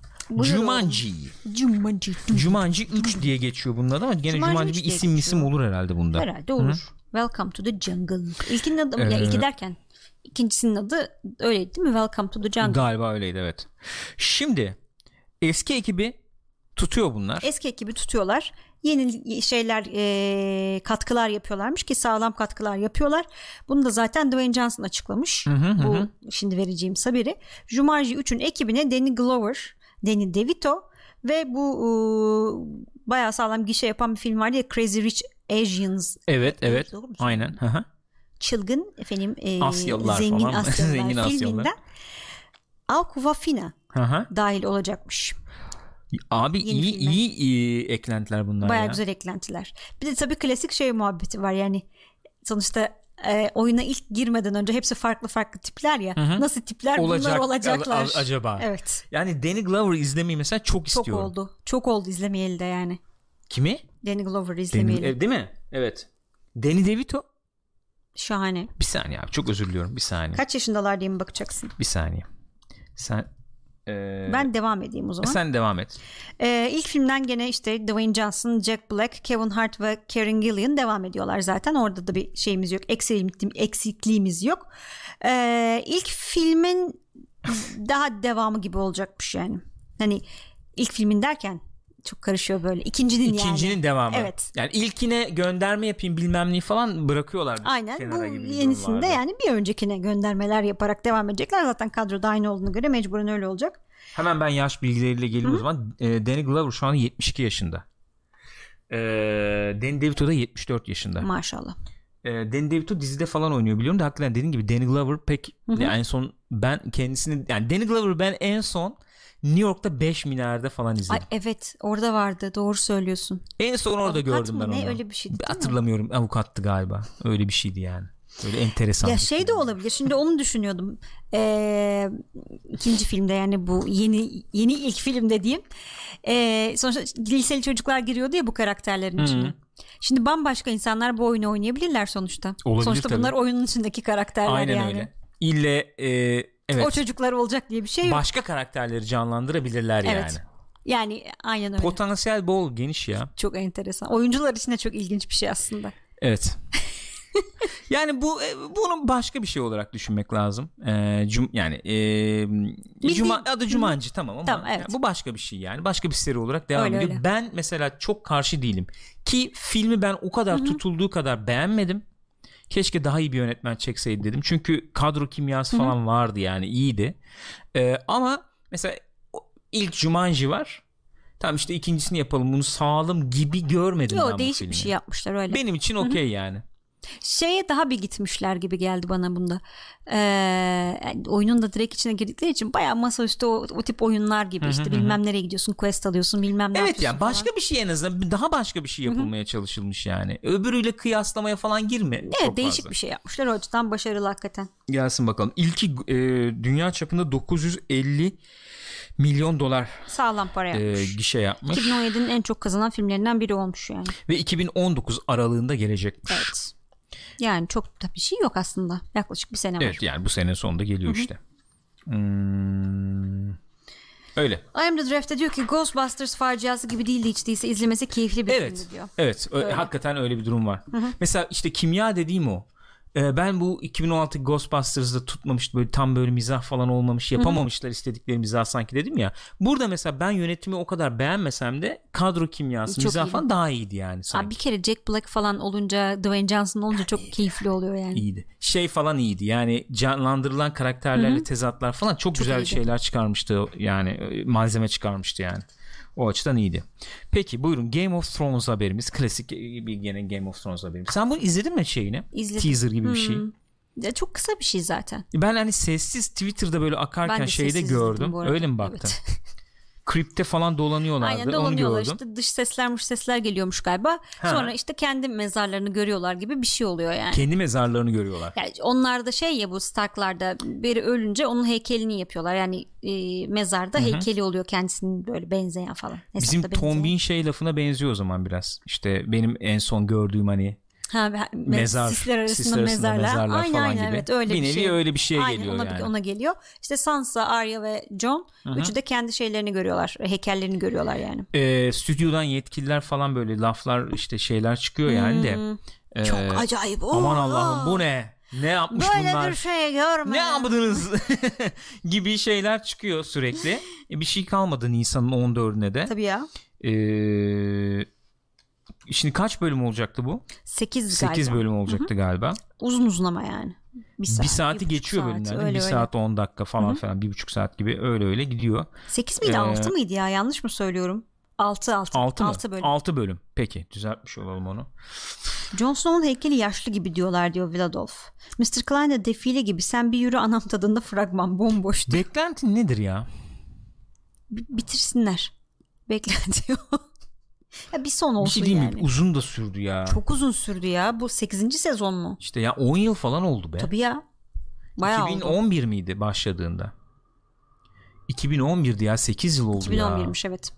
Speaker 1: Jumanji 3 diye geçiyor bunun adı ama gene Jumanji bir isim olur herhalde bunda.
Speaker 2: Herhalde olur. Welcome to the Jungle. İlkinin adı ilki derken ikincisinin adı öyleydi değil mi? Welcome to the Jungle.
Speaker 1: Galiba öyleydi, evet. Şimdi eski ekibi tutuyor bunlar.
Speaker 2: Eski ekibi tutuyorlar. Yeni şeyler katkılar yapıyorlarmış ki sağlam katkılar yapıyorlar. Bunu da zaten Dwayne Johnson açıklamış. Bu şimdi vereceğim haberi. Jumanji 3'ün ekibine Danny Glover, Danny DeVito ve bu bayağı sağlam gişe yapan bir film vardı ya, Crazy Rich Asians.
Speaker 1: Evet. Aynen.
Speaker 2: Çılgın
Speaker 1: Asyalılar
Speaker 2: zengin
Speaker 1: falan.
Speaker 2: Asyalılar filminden Awkwafina dahil olacakmış.
Speaker 1: Abi iyi eklentiler bunlar.
Speaker 2: Bayağı güzel eklentiler. Bir de tabii klasik muhabbeti var yani. Sonuçta oyuna ilk girmeden önce hepsi farklı tipler ya. Nasıl tipler bunlar olacaklar
Speaker 1: acaba?
Speaker 2: Evet.
Speaker 1: Yani Danny Glover izlemeyi mesela çok istiyorum.
Speaker 2: Çok oldu izlemeyeli de yani.
Speaker 1: Kimi?
Speaker 2: Danny Glover izlemeyeli.
Speaker 1: Değil mi? Evet. Danny DeVito.
Speaker 2: Şahane.
Speaker 1: Bir saniye abi, çok özür diliyorum, bir saniye.
Speaker 2: Kaç yaşındalar diye mi bakacaksın?
Speaker 1: Bir saniye.
Speaker 2: Ben devam edeyim o zaman.
Speaker 1: Sen devam et.
Speaker 2: İlk filmden gene işte Dwayne Johnson, Jack Black, Kevin Hart ve Karen Gillan devam ediyorlar zaten. Orada da bir şeyimiz yok. Eksikliğimiz yok. İlk filmin daha devamı gibi olacakmış yani. Hani ilk filmin derken çok karışıyor böyle. İkincinin
Speaker 1: devamı.
Speaker 2: Evet.
Speaker 1: Yani ilkine gönderme yapayım bilmem neyi falan bırakıyorlar.
Speaker 2: Aynen. Bu yenisinde yani bir öncekine göndermeler yaparak devam edecekler. Zaten kadroda aynı olduğuna göre mecburen öyle olacak.
Speaker 1: Hemen ben yaş bilgileriyle geleyim o zaman. Danny Glover şu an 72 yaşında. Danny DeVito da 74 yaşında.
Speaker 2: Maşallah.
Speaker 1: Danny DeVito dizide falan oynuyor biliyorum da hakikaten dediğin gibi Danny Glover pek yani en son ben kendisini yani Danny Glover ben en son New York'ta 5 minarede falan izledim.
Speaker 2: Ay evet, orada vardı, doğru söylüyorsun.
Speaker 1: En son orada
Speaker 2: avukat
Speaker 1: gördüm ben onu.
Speaker 2: Ne öyle bir şeydi.
Speaker 1: Hatırlamıyorum, avukattı galiba. Öyle bir şeydi yani. Öyle enteresan.
Speaker 2: Ya şey de olabilir. Şimdi onu düşünüyordum. İkinci filmde yani bu yeni ilk film dediğim. Sonuçta liseli çocuklar giriyordu ya bu karakterlerin içine. Şimdi bambaşka insanlar bu oyunu oynayabilirler sonuçta.
Speaker 1: Olabilir,
Speaker 2: sonuçta
Speaker 1: tabii.
Speaker 2: Bunlar oyunun içindeki karakterler.
Speaker 1: Aynen
Speaker 2: yani.
Speaker 1: Öyle. İlle evet.
Speaker 2: O çocuklar olacak diye bir şey yok.
Speaker 1: Başka karakterleri canlandırabilirler
Speaker 2: evet.
Speaker 1: yani.
Speaker 2: Yani aynen öyle.
Speaker 1: Potansiyel bol, geniş ya.
Speaker 2: Çok enteresan. Oyuncular için de çok ilginç bir şey aslında.
Speaker 1: Evet. Yani bunu başka bir şey olarak düşünmek lazım. Adı Jumanji tamam ama
Speaker 2: tamam, evet.
Speaker 1: Yani bu başka bir şey yani. Başka bir seri olarak devam ediyor. Öyle. Ben mesela çok karşı değilim. Ki filmi ben o kadar tutulduğu kadar beğenmedim. Keşke daha iyi bir yönetmen çekseydi dedim. Çünkü kadro kimyası falan vardı yani, iyiydi. Ama mesela ilk Jumanji var. Tamam işte ikincisini yapalım, bunu sağlam gibi görmedim ben bu filmi.
Speaker 2: Değişik bir şey yapmışlar öyle.
Speaker 1: Benim için okey yani.
Speaker 2: Şeye daha bir gitmişler gibi geldi bana bunda. Oyunun da direkt içine girdikleri için bayağı masaüstü o tip oyunlar gibi işte bilmem nereye gidiyorsun, quest alıyorsun, bilmem ne
Speaker 1: evet
Speaker 2: yapıyorsun
Speaker 1: yani
Speaker 2: falan.
Speaker 1: başka bir şey, en azından daha başka bir şey yapılmaya çalışılmış yani. Öbürüyle kıyaslamaya falan girme.
Speaker 2: Evet, değişik bir şey yapmışlar, o açıdan başarılı hakikaten.
Speaker 1: Gelsin bakalım. İlki dünya çapında 950 milyon dolar
Speaker 2: sağlam para yapmış.
Speaker 1: Gişe yapmış.
Speaker 2: 2017'nin en çok kazanan filmlerinden biri olmuş yani.
Speaker 1: Ve 2019 aralığında gelecekmiş.
Speaker 2: Evet. Yani çok da bir şey yok aslında. Yaklaşık bir sene var.
Speaker 1: Evet yani bu sene sonunda geliyor işte. Öyle.
Speaker 2: I Am The Draft'te diyor ki Ghostbusters faciası gibi değildi, hiç değilse izlemesi keyifli bir filmdi diyor.
Speaker 1: Evet. Hakikaten öyle bir durum var. Mesela işte kimya dediğim o. Ben bu 2016 Ghostbusters'da tutmamıştı, böyle tam böyle mizah falan olmamış, yapamamışlar istedikleri mizah sanki dedim ya. Burada mesela ben yönetimi o kadar beğenmesem de kadro kimyası, çok mizah iyiydi. Falan daha iyiydi yani sanki.
Speaker 2: Abi bir kere Jack Black falan olunca, Dwayne Johnson olunca çok keyifli oluyor yani.
Speaker 1: İyiydi. Şey falan iyiydi yani, canlandırılan karakterlerle tezatlar falan çok güzel iyiydi. Şeyler çıkarmıştı yani, malzeme çıkarmıştı yani. O açıdan iyiydi. Peki buyurun, Game of Thrones haberimiz. Klasik bir gene Game of Thrones haberimiz. Sen bunu izledin mi şeyini?
Speaker 2: İzledim.
Speaker 1: Teaser gibi bir şey.
Speaker 2: Çok kısa bir şey zaten.
Speaker 1: Ben hani sessiz Twitter'da böyle akarken şeyde gördüm. Öyle mi baktın? Evet. Kripte falan dolanıyorlardı.
Speaker 2: Aynen, dolanıyorlar
Speaker 1: onu gördüm.
Speaker 2: İşte dış sesler geliyormuş galiba. Sonra işte kendi mezarlarını görüyorlar gibi bir şey oluyor yani.
Speaker 1: Kendi mezarlarını görüyorlar.
Speaker 2: Yani onlar da şey ya, bu Stark'larda biri ölünce onun heykelini yapıyorlar. Yani mezarda heykeli oluyor kendisinin böyle benzeyen falan.
Speaker 1: Bizim Tombin şey lafına benziyor o zaman biraz. İşte benim en son gördüğüm hani
Speaker 2: sisler arasında mezarlar
Speaker 1: aynen,
Speaker 2: falan gibi. Evet, öyle
Speaker 1: bir nevi
Speaker 2: şey.
Speaker 1: Öyle bir şeye
Speaker 2: aynen,
Speaker 1: geliyor yani.
Speaker 2: Ona geliyor. İşte Sansa, Arya ve Jon üçü de kendi şeylerini görüyorlar. Heykellerini görüyorlar yani.
Speaker 1: Stüdyodan yetkililer falan böyle laflar, işte şeyler çıkıyor yani de.
Speaker 2: Çok acayip.
Speaker 1: Aman Allah'ım, bu ne? Ne yapmış
Speaker 2: böyle
Speaker 1: bunlar?
Speaker 2: Böyle bir şey görmedim.
Speaker 1: Ne yaptınız? gibi şeyler çıkıyor sürekli. Bir şey kalmadı Nisan'ın 14'üne de.
Speaker 2: Tabii ya.
Speaker 1: Şimdi kaç bölüm olacaktı bu?
Speaker 2: 8 galiba.
Speaker 1: 8 bölüm olacaktı galiba.
Speaker 2: Uzun ama yani. Bir
Speaker 1: saati geçiyor bölümlerden. 1 saat 10 dakika falan falan. 1,5 saat gibi öyle gidiyor.
Speaker 2: 8 miydi 6 mıydı ya? Yanlış mı söylüyorum? 6 bölüm.
Speaker 1: 6 bölüm. Peki, düzeltmiş olalım onu.
Speaker 2: Jon Snow'un heykeli yaşlı gibi diyorlar diyor Vladolf. Mr. Klein de defile gibi, sen bir yürü anam tadında fragman, bomboş diyor.
Speaker 1: Beklentin nedir ya?
Speaker 2: Bitirsinler. Beklenti o. Ya bir son olsun
Speaker 1: bir şey
Speaker 2: yani.
Speaker 1: Mi? Uzun da sürdü ya.
Speaker 2: Çok uzun sürdü ya. Bu 8. sezon mu?
Speaker 1: İşte ya 10 yıl falan oldu be.
Speaker 2: Tabii ya. Bayağı
Speaker 1: 2011
Speaker 2: oldu.
Speaker 1: miydi başladığında? 2011'di ya, 8 yıl oldu
Speaker 2: 2011'miş
Speaker 1: ya.
Speaker 2: 2011'miş evet.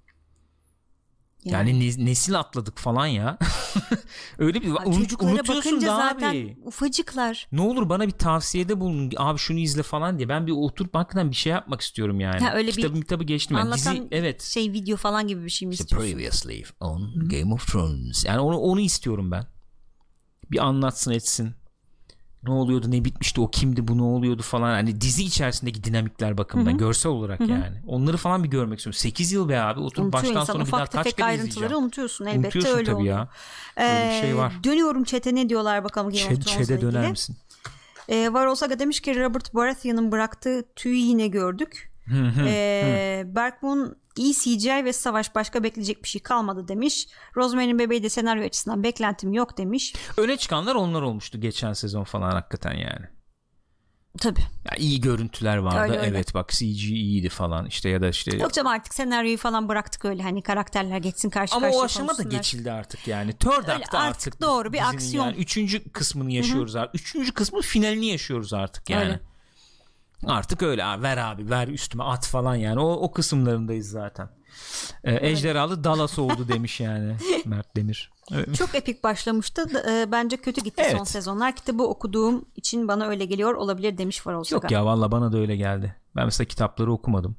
Speaker 1: Yani nesil atladık falan ya. Öyle bir
Speaker 2: çocuklara bakınca zaten
Speaker 1: abi.
Speaker 2: Ufacıklar.
Speaker 1: Ne olur bana bir tavsiyede bulun. Abi şunu izle falan diye. Ben bir oturup hakikaten bir şey yapmak istiyorum yani.
Speaker 2: Ha, öyle
Speaker 1: kitabı geçtim.
Speaker 2: Anlatan
Speaker 1: dizi, evet.
Speaker 2: Şey, video falan gibi bir şey mi istiyorsun?
Speaker 1: Previously on Game of Thrones. Yani onu istiyorum ben. Bir anlatsın etsin. Ne oluyordu, ne bitmişti, o kimdi, bu ne oluyordu falan. Hani dizi içerisindeki dinamikler bakımından, görsel olarak yani. Onları falan bir görmek istiyorum. 8 yıl be abi. Oturup baştan sonra bir daha kaç kere
Speaker 2: ayrıntıları unutuyorsun elbette.
Speaker 1: Unutuyorsun
Speaker 2: öyle
Speaker 1: tabii
Speaker 2: oluyor.
Speaker 1: Ya. Öyle bir şey var.
Speaker 2: Dönüyorum chat'e, ne diyorlar bakalım Game of Thrones'la ilgili.
Speaker 1: Chat'e döner misin?
Speaker 2: Varol Saga demiş ki Robert Baratheon'un bıraktığı tüyü yine gördük. Bergman iyi CGI ve savaş, başka bekleyecek bir şey kalmadı demiş. Rosemary'nin Bebeği de senaryo açısından beklentim yok demiş.
Speaker 1: Öne çıkanlar onlar olmuştu geçen sezon falan hakikaten yani.
Speaker 2: Tabii.
Speaker 1: Ya iyi görüntüler vardı.
Speaker 2: Öyle.
Speaker 1: Evet bak, CG iyiydi falan işte, ya da işte.
Speaker 2: Yok canım, artık senaryoyu falan bıraktık öyle, hani karakterler geçsin karşı karşıya.
Speaker 1: Ama o aşama da geçildi artık yani. Third act'ta artık
Speaker 2: doğru bir aksiyon.
Speaker 1: Yani. 3. kısmını yaşıyoruz artık. 3. kısmın finalini yaşıyoruz artık yani.
Speaker 2: Öyle.
Speaker 1: Artık öyle abi, ver üstüme at falan yani. O kısımlarındayız zaten. Ejderhalı Dallas oldu demiş yani Mert Demir. Evet.
Speaker 2: Çok epik başlamıştı. Bence kötü gitti son sezonlar. Kitabı okuduğum için bana öyle geliyor olabilir demiş Varol Saga.
Speaker 1: Yok ya, valla bana da öyle geldi. Ben mesela kitapları okumadım.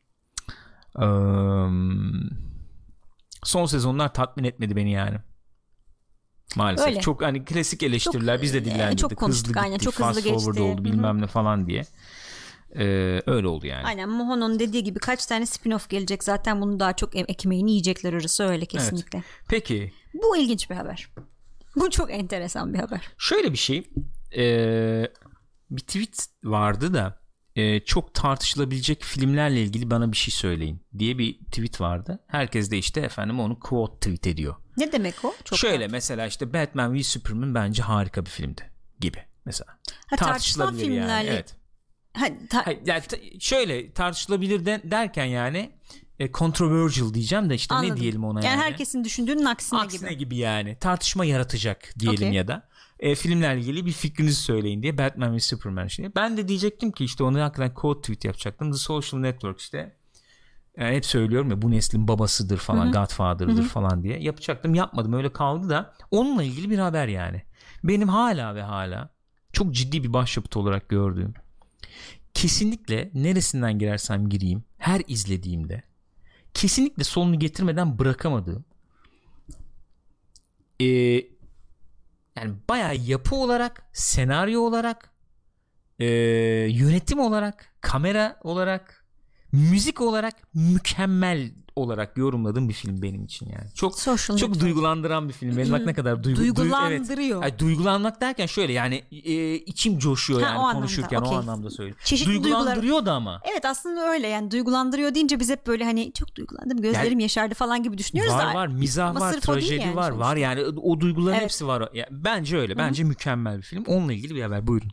Speaker 1: Son sezonlar tatmin etmedi beni yani. Maalesef. Öyle. Çok hani klasik eleştiriler, çok, biz de dillendirdik.
Speaker 2: Çok konuştuk,
Speaker 1: hızlı
Speaker 2: aynen.
Speaker 1: gitti,
Speaker 2: Çok hızlı geçti.
Speaker 1: Fast forward oldu bilmem ne falan diye. Öyle oldu yani.
Speaker 2: Aynen, Mohono'nun dediği gibi kaç tane spin-off gelecek zaten, bunu daha çok ekmeğini yiyecekler arası, öyle kesinlikle.
Speaker 1: Evet. Peki.
Speaker 2: Bu ilginç bir haber. Bu çok enteresan bir haber.
Speaker 1: Şöyle bir şey, bir tweet vardı da çok tartışılabilecek filmlerle ilgili bana bir şey söyleyin diye bir tweet vardı. Herkes de işte efendim onu quote tweet ediyor.
Speaker 2: Ne demek o? Çok
Speaker 1: şöyle
Speaker 2: farklı.
Speaker 1: Mesela işte Batman v Superman bence harika bir filmdi gibi mesela. Tartışılabilir
Speaker 2: filmlerle...
Speaker 1: yani. Evet. Şöyle tartışılabilir derken yani controversial diyeceğim de işte
Speaker 2: Anladım.
Speaker 1: Ne diyelim ona yani.
Speaker 2: Yani herkesin düşündüğünün aksine
Speaker 1: gibi yani. Tartışma yaratacak diyelim
Speaker 2: okay.
Speaker 1: Ya da filmlerle ilgili bir fikrinizi söyleyin diye Batman ve Superman şimdi. Ben de diyecektim ki işte onu hakikaten quote tweet yapacaktım. The Social Network işte. Yani hep söylüyorum ya bu neslin babasıdır falan, Hı-hı. Godfather'dır Hı-hı. falan diye. Yapacaktım, yapmadım, öyle kaldı da onunla ilgili bir haber yani. Benim hala çok ciddi bir başyapıt olarak gördüğüm, kesinlikle neresinden girersem gireyim her izlediğimde kesinlikle sonunu getirmeden bırakamadığım, yani bayağı yapı olarak, senaryo olarak, yönetim olarak, kamera olarak, müzik olarak mükemmel olarak yorumladığım bir film benim için yani. Çok duygulandıran bir film. Benim bak ne kadar
Speaker 2: duygulandırıyor.
Speaker 1: Evet. Duygulanmak derken şöyle yani içim coşuyor yani konuşurken o anlamda söylüyorum. Duygulandırıyor da ama.
Speaker 2: Evet aslında öyle yani duygulandırıyor deyince biz hep böyle hani çok duygulandım, gözlerim yaşardı falan gibi düşünüyoruz da.
Speaker 1: Var, mizah var, trajedi yani var yani o duyguların hepsi var. Yani bence öyle. Bence mükemmel bir film. Onunla ilgili bir haber buyurun.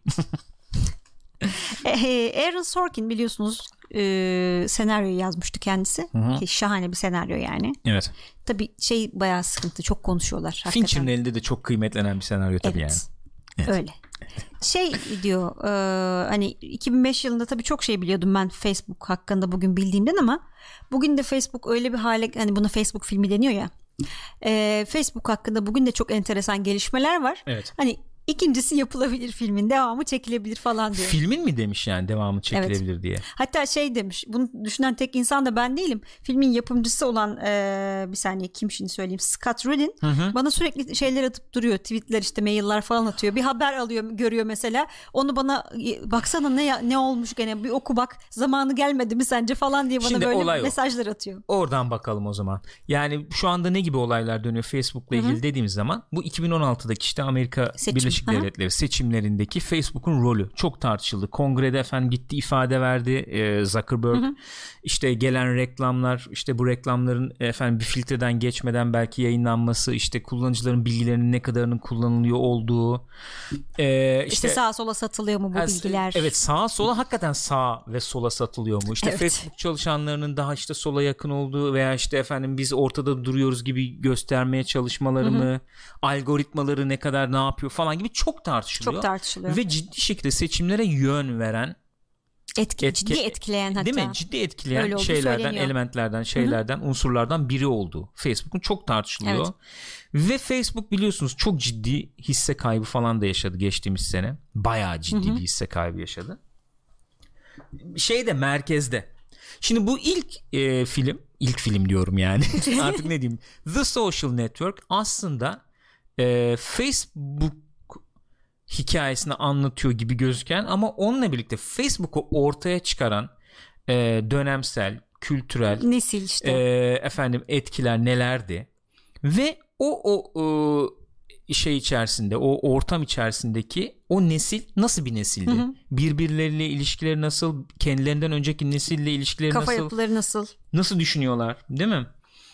Speaker 2: Aaron Sorkin biliyorsunuz senaryoyu yazmıştı kendisi. Ki şahane bir senaryo yani.
Speaker 1: Evet.
Speaker 2: Tabii bayağı sıkıntı, çok konuşuyorlar.
Speaker 1: Fincher'ın elinde de çok kıymetlenen bir senaryo tabii yani.
Speaker 2: Evet. Öyle. Diyor hani 2005 yılında tabii çok şey biliyordum ben Facebook hakkında bugün bildiğimden, ama bugün de Facebook öyle bir hale, hani buna Facebook filmi deniyor ya. Facebook hakkında bugün de çok enteresan gelişmeler var.
Speaker 1: Evet.
Speaker 2: Hani İkincisi yapılabilir, filmin devamı çekilebilir falan diyor.
Speaker 1: Filmin mi demiş yani devamı çekilebilir diye.
Speaker 2: Hatta demiş, bunu düşünen tek insan da ben değilim. Filmin yapımcısı olan bir saniye kim şimdi söyleyeyim, Scott Rudin bana sürekli şeyler atıp duruyor. Tweetler işte, mailler falan atıyor. Bir haber alıyor, görüyor mesela. Onu bana baksana ne olmuş gene, bir oku bak, zamanı gelmedi mi sence falan diye bana şimdi böyle mesajlar atıyor.
Speaker 1: Oradan bakalım o zaman. Yani şu anda ne gibi olaylar dönüyor Facebook'la ilgili dediğimiz zaman, bu 2016'daki işte Amerika Birleşik Devletleri seçimlerindeki Facebook'un rolü çok tartışıldı. Kongrede efendim gitti, ifade verdi Zuckerberg. İşte gelen reklamlar, işte bu reklamların efendim bir filtreden geçmeden belki yayınlanması, işte kullanıcıların bilgilerinin ne kadarının kullanılıyor olduğu,
Speaker 2: işte sağa sola satılıyor mu bu bilgiler?
Speaker 1: Evet, sağa sola, hakikaten sağa ve sola satılıyor mu? İşte Facebook çalışanlarının daha işte sola yakın olduğu veya işte efendim biz ortada duruyoruz gibi göstermeye çalışmaları mı? Algoritmaları ne kadar ne yapıyor falan gibi çok tartışılıyor. Ve ciddi şekilde seçimlere yön veren,
Speaker 2: ciddi etkileyen, hatta
Speaker 1: değil mi? Ciddi etkileyen şeylerden, elementlerden, şeylerden, unsurlardan biri oldu. Facebook'un çok tartışılıyor. Evet. Ve Facebook biliyorsunuz çok ciddi hisse kaybı falan da yaşadı geçtiğimiz sene. Bayağı ciddi bir hisse kaybı yaşadı. Merkezde. Şimdi bu ilk film diyorum yani. Artık ne diyeyim? The Social Network aslında Facebook hikayesini anlatıyor gibi gözüken, ama onunla birlikte Facebook'u ortaya çıkaran dönemsel, kültürel,
Speaker 2: nesil işte
Speaker 1: etkiler nelerdi ve o içerisinde, o ortam içerisindeki o nesil nasıl bir nesildi? Birbirleriyle ilişkileri nasıl? Kendilerinden önceki nesille ilişkileri
Speaker 2: kafa
Speaker 1: nasıl?
Speaker 2: Kafa yapıları nasıl?
Speaker 1: Nasıl düşünüyorlar, değil mi?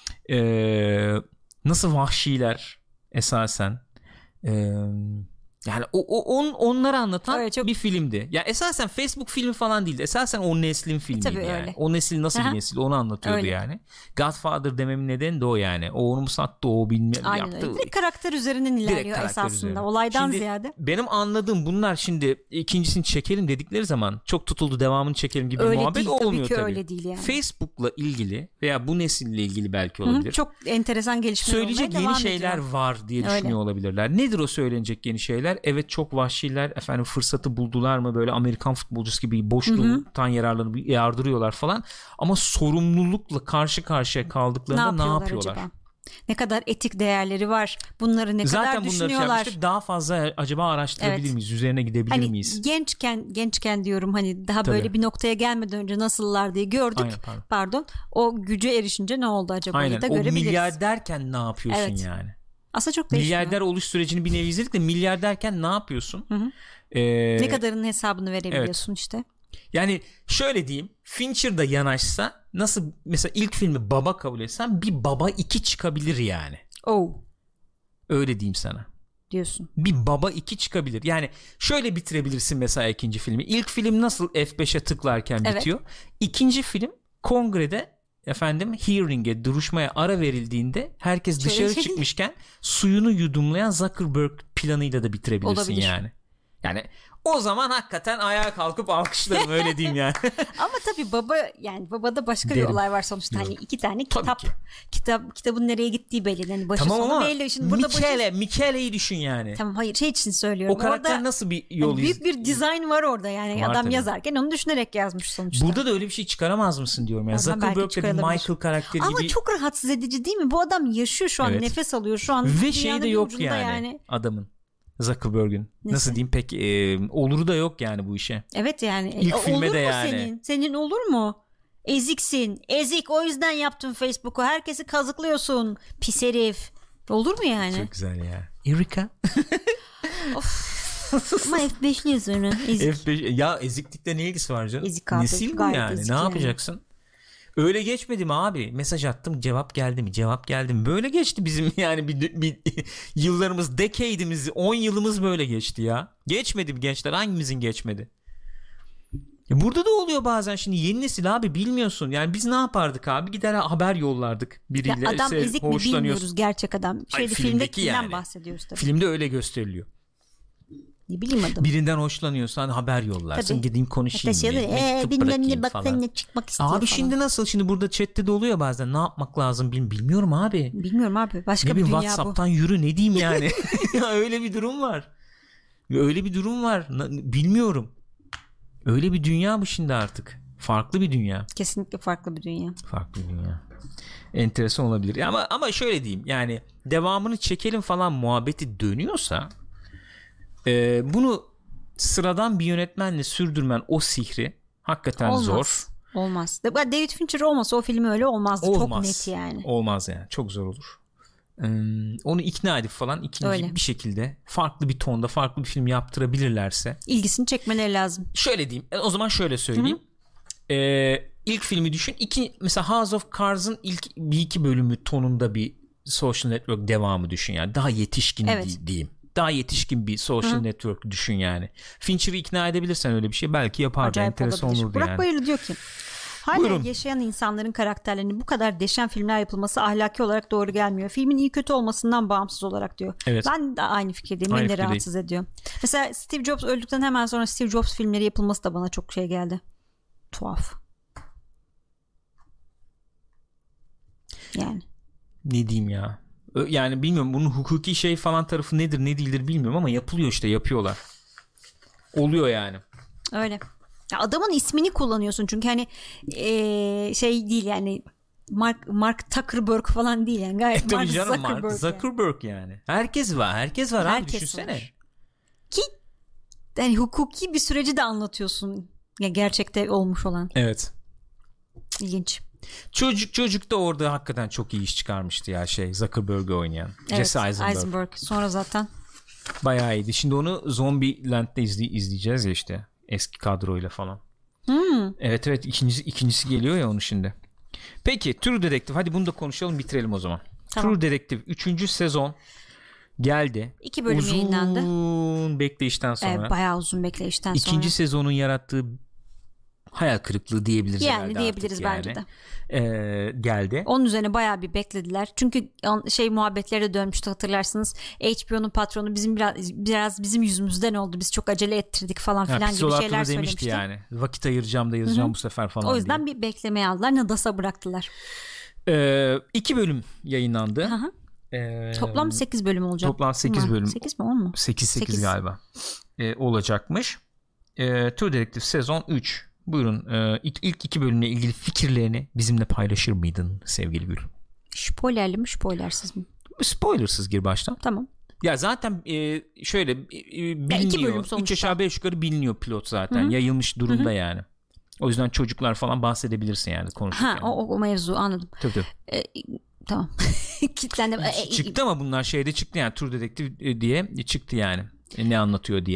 Speaker 1: Nasıl vahşiler esasen? Yani onları anlatan bir filmdi. Ya esasen Facebook filmi falan değildi. Esasen o neslin filmiydi yani.
Speaker 2: Öyle.
Speaker 1: O nesil nasıl bir nesil, onu anlatıyordu yani. Godfather dememin nedeni de o yani. O onu mu sattı, o bilmem yaptı.
Speaker 2: Direkt karakter üzerinden ilerliyor esasında. Üzerine. Olaydan
Speaker 1: şimdi,
Speaker 2: ziyade.
Speaker 1: Benim anladığım, bunlar şimdi ikincisini çekelim dedikleri zaman çok tutuldu, devamını çekelim gibi bir muhabbet değil, olmuyor tabii.
Speaker 2: Öyle değil yani.
Speaker 1: Facebook'la ilgili veya bu nesille ilgili belki olabilir.
Speaker 2: Çok enteresan gelişmeler olmaya devam ediyor.
Speaker 1: Söyleyecek yeni şeyler var diye düşünüyor olabilirler. Nedir o söylenecek yeni şeyler? Evet, çok vahşiler, efendim fırsatı buldular mı, böyle Amerikan futbolcusu gibi boşluğundan yararlanıp yardırıyorlar falan, ama sorumlulukla karşı karşıya kaldıklarında ne yapıyorlar? Acaba?
Speaker 2: Ne kadar etik değerleri var? Bunları ne kadar düşünüyorlar?
Speaker 1: Zaten bunları daha fazla acaba araştırabilir miyiz? Üzerine gidebilir miyiz?
Speaker 2: Gençken diyorum, hani daha böyle bir noktaya gelmeden önce nasıllar diye gördük.
Speaker 1: Aynen,
Speaker 2: pardon. O güce erişince ne oldu acaba?
Speaker 1: Aynen.
Speaker 2: Da
Speaker 1: o milyarderken ne yapıyorsun yani?
Speaker 2: Aslında çok değişiyor.
Speaker 1: Milyarder oluş sürecini bir nevi izledik de milyarderken ne yapıyorsun?
Speaker 2: Ne kadarının hesabını verebiliyorsun işte.
Speaker 1: Yani şöyle diyeyim, Fincher'da yanaşsa, nasıl mesela ilk filmi baba kabul etsen, bir baba 2 çıkabilir yani. Öyle diyeyim sana.
Speaker 2: Diyorsun.
Speaker 1: Bir baba 2 çıkabilir. Yani şöyle bitirebilirsin mesela ikinci filmi. İlk film nasıl F5'e tıklarken bitiyor. İkinci film kongrede hearing'e, duruşmaya ara verildiğinde herkes dışarı çıkmışken suyunu yudumlayan Zuckerberg planıyla da bitirebilirsin. Olabilir. Yani o zaman hakikaten ayağa kalkıp alkışlarım, öyle diyeyim yani.
Speaker 2: Ama tabii babada başka bir olay var sonuçta. Hani 2 tane kitabın nereye gittiği belli. Yani başı sonu belli. Şimdi burada
Speaker 1: Michele'yi düşün yani.
Speaker 2: Tamam, hayır, şey için söylüyorum.
Speaker 1: O karakter orada nasıl bir yol
Speaker 2: büyük bir dizayn var orada yani. Var adam tabii. Yazarken onu düşünerek yazmış sonuçta.
Speaker 1: Burada da öyle bir şey çıkaramaz mısın diyorum yani. Zuckerberg'de bir Michael karakteri
Speaker 2: ama
Speaker 1: gibi.
Speaker 2: Ama çok rahatsız edici değil mi? Bu adam yaşıyor şu an, nefes alıyor şu an.
Speaker 1: Ve şey de yok yani adamın. Zuckerberg'ün. Nasıl diyeyim, pek oluru da yok yani bu işe.
Speaker 2: Evet yani.
Speaker 1: İlk filme de yani.
Speaker 2: Senin olur mu? Eziksin. Ezik, o yüzden yaptın Facebook'u. Herkesi kazıklıyorsun. Pis herif. Olur mu yani?
Speaker 1: Çok güzel ya. Erika.
Speaker 2: Ama F5'li yazıyorum. Ezik.
Speaker 1: F5, ya eziklikle ne ilgisi var canım?
Speaker 2: Ezik abi.
Speaker 1: Nesil bu yani. Ne yapacaksın? Öyle geçmedi mi abi? Mesaj attım, cevap geldi mi? Cevap geldi mi? Böyle geçti bizim yani bir yıllarımız, decade'imiz, 10 yılımız böyle geçti ya. Geçmedi mi gençler? Hangimizin geçmedi? Burada da oluyor bazen, şimdi yeni nesil abi, bilmiyorsun. Yani biz ne yapardık abi? Gider haber yollardık biriyle.
Speaker 2: Ya adam ezik mi bilmiyoruz, gerçek adam. Filmdekinden yani bahsediyoruz tabii.
Speaker 1: Filmde öyle gösteriliyor.
Speaker 2: Ne bileyim adam.
Speaker 1: Birinden hoşlanıyorsan haber yollarsın. Tabii. Gideyim konuşayım.
Speaker 2: Bilmem ne, bak seninle çıkmak istiyor
Speaker 1: abi
Speaker 2: falan.
Speaker 1: Şimdi nasıl? Şimdi burada chatte de oluyor bazen. Ne yapmak lazım bilmiyorum abi.
Speaker 2: Bilmiyorum abi. Başka bir dünya bu.
Speaker 1: WhatsApp'tan yürü, ne diyeyim yani. Ya öyle bir durum var. Bilmiyorum. Öyle bir dünya bu şimdi artık. Farklı bir dünya.
Speaker 2: Kesinlikle farklı bir dünya.
Speaker 1: Farklı bir dünya. Enteresan olabilir. Ama şöyle diyeyim. Yani devamını çekelim falan muhabbeti dönüyorsa bunu sıradan bir yönetmenle sürdürmen, o sihri hakikaten zor.
Speaker 2: Olmaz. David Fincher olmasa o film öyle olmazdı. Çok net yani.
Speaker 1: Olmaz yani. Çok zor olur. Onu ikna edip falan bir şekilde farklı bir tonda farklı bir film yaptırabilirlerse
Speaker 2: ilgisini çekmeleri lazım.
Speaker 1: Şöyle diyeyim. O zaman şöyle söyleyeyim. İlk filmi düşün. Mesela House of Cards'ın ilk 1-2 bölümü tonunda bir Social Network devamı düşün yani. Daha yetişkin diyeyim. Daha yetişkin bir Social Network düşün yani. Fincher'ı ikna edebilirsen öyle bir şey belki yapardı.
Speaker 2: Acayip
Speaker 1: enteresan
Speaker 2: olabilir.
Speaker 1: olurdu
Speaker 2: Burak
Speaker 1: yani.
Speaker 2: Bayırlı diyor ki hala yaşayan insanların karakterlerini bu kadar deşen filmler yapılması ahlaki olarak doğru gelmiyor. Filmin iyi kötü olmasından bağımsız olarak diyor.
Speaker 1: Evet.
Speaker 2: Ben de aynı fikirdeyim. Beni de rahatsız ediyor. Mesela Steve Jobs öldükten hemen sonra Steve Jobs filmleri yapılması da bana çok şey geldi. Tuhaf. Yani. Ne
Speaker 1: diyeyim ya? Yani bilmiyorum, bunun hukuki şey falan tarafı nedir ne değildir bilmiyorum ama yapılıyor işte, yapıyorlar. Oluyor yani.
Speaker 2: Öyle. Ya adamın ismini kullanıyorsun çünkü hani şey değil yani Mark Zuckerberg falan değil yani, gayet
Speaker 1: Mark canım, Zuckerberg. Mark Zuckerberg yani. Herkes var abi, düşünsene. Var.
Speaker 2: Ki yani hukuki bir süreci de anlatıyorsun. Ya gerçekte olmuş olan.
Speaker 1: Evet.
Speaker 2: İlginç.
Speaker 1: Çocuk da orada hakikaten çok iyi iş çıkarmıştı ya, Zuckerberg'i oynayan.
Speaker 2: Evet,
Speaker 1: Jesse Eisenberg.
Speaker 2: Sonra zaten
Speaker 1: bayağı iyiydi. Şimdi onu Zombieland'de izleyeceğiz ya işte. Eski kadroyla falan. Evet ikincisi geliyor ya onun şimdi. Peki True Detective, hadi bunu da konuşalım, bitirelim o zaman. Tamam. True Detective 3. sezon geldi.
Speaker 2: 2 bölüm yayınlandı.
Speaker 1: Uzun bekleyişten sonra.
Speaker 2: Evet, bayağı uzun bekleyişten sonra.
Speaker 1: İkinci sezonun yarattığı hayal kırıklığı diyebiliriz herhalde.
Speaker 2: Yani diyebiliriz bence de.
Speaker 1: Geldi.
Speaker 2: Onun üzerine bayağı bir beklediler. Çünkü muhabbetleri de dönmüştü, hatırlarsınız. HBO'nun patronu biraz bizim yüzümüzden oldu. Biz çok acele ettirdik falan filan gibi şeyler söylemişti.
Speaker 1: Yani. Vakit ayıracağım da yazacağım bu sefer falan
Speaker 2: diye. O yüzden
Speaker 1: diye.
Speaker 2: Bir beklemeye aldılar. Nadas'a bıraktılar.
Speaker 1: 2 bölüm yayınlandı.
Speaker 2: Toplam 8 bölüm olacak.
Speaker 1: Toplam 8 bölüm.
Speaker 2: 8 mi, 10 mu?
Speaker 1: 8 galiba. Olacakmış. True Detective sezon 3. Buyurun, ilk 2 bölümle ilgili fikirlerini bizimle paylaşır mıydın sevgili Gül?
Speaker 2: Spoilerli mi, spoilersiz mi?
Speaker 1: Spoilersız gir baştan.
Speaker 2: Tamam.
Speaker 1: Ya zaten şöyle biliniyor. 3 aşağı 5 yukarı biliniyor pilot zaten. Hı-hı. Yayılmış durumda yani. O yüzden çocuklar falan bahsedebilirsin yani konuşurken.
Speaker 2: O mevzu, anladım.
Speaker 1: Tabii.
Speaker 2: Tamam. Kitlendim.
Speaker 1: Çıktı ama bunlar şeyde çıktı yani, True Detective diye çıktı yani. Ne anlatıyor diye.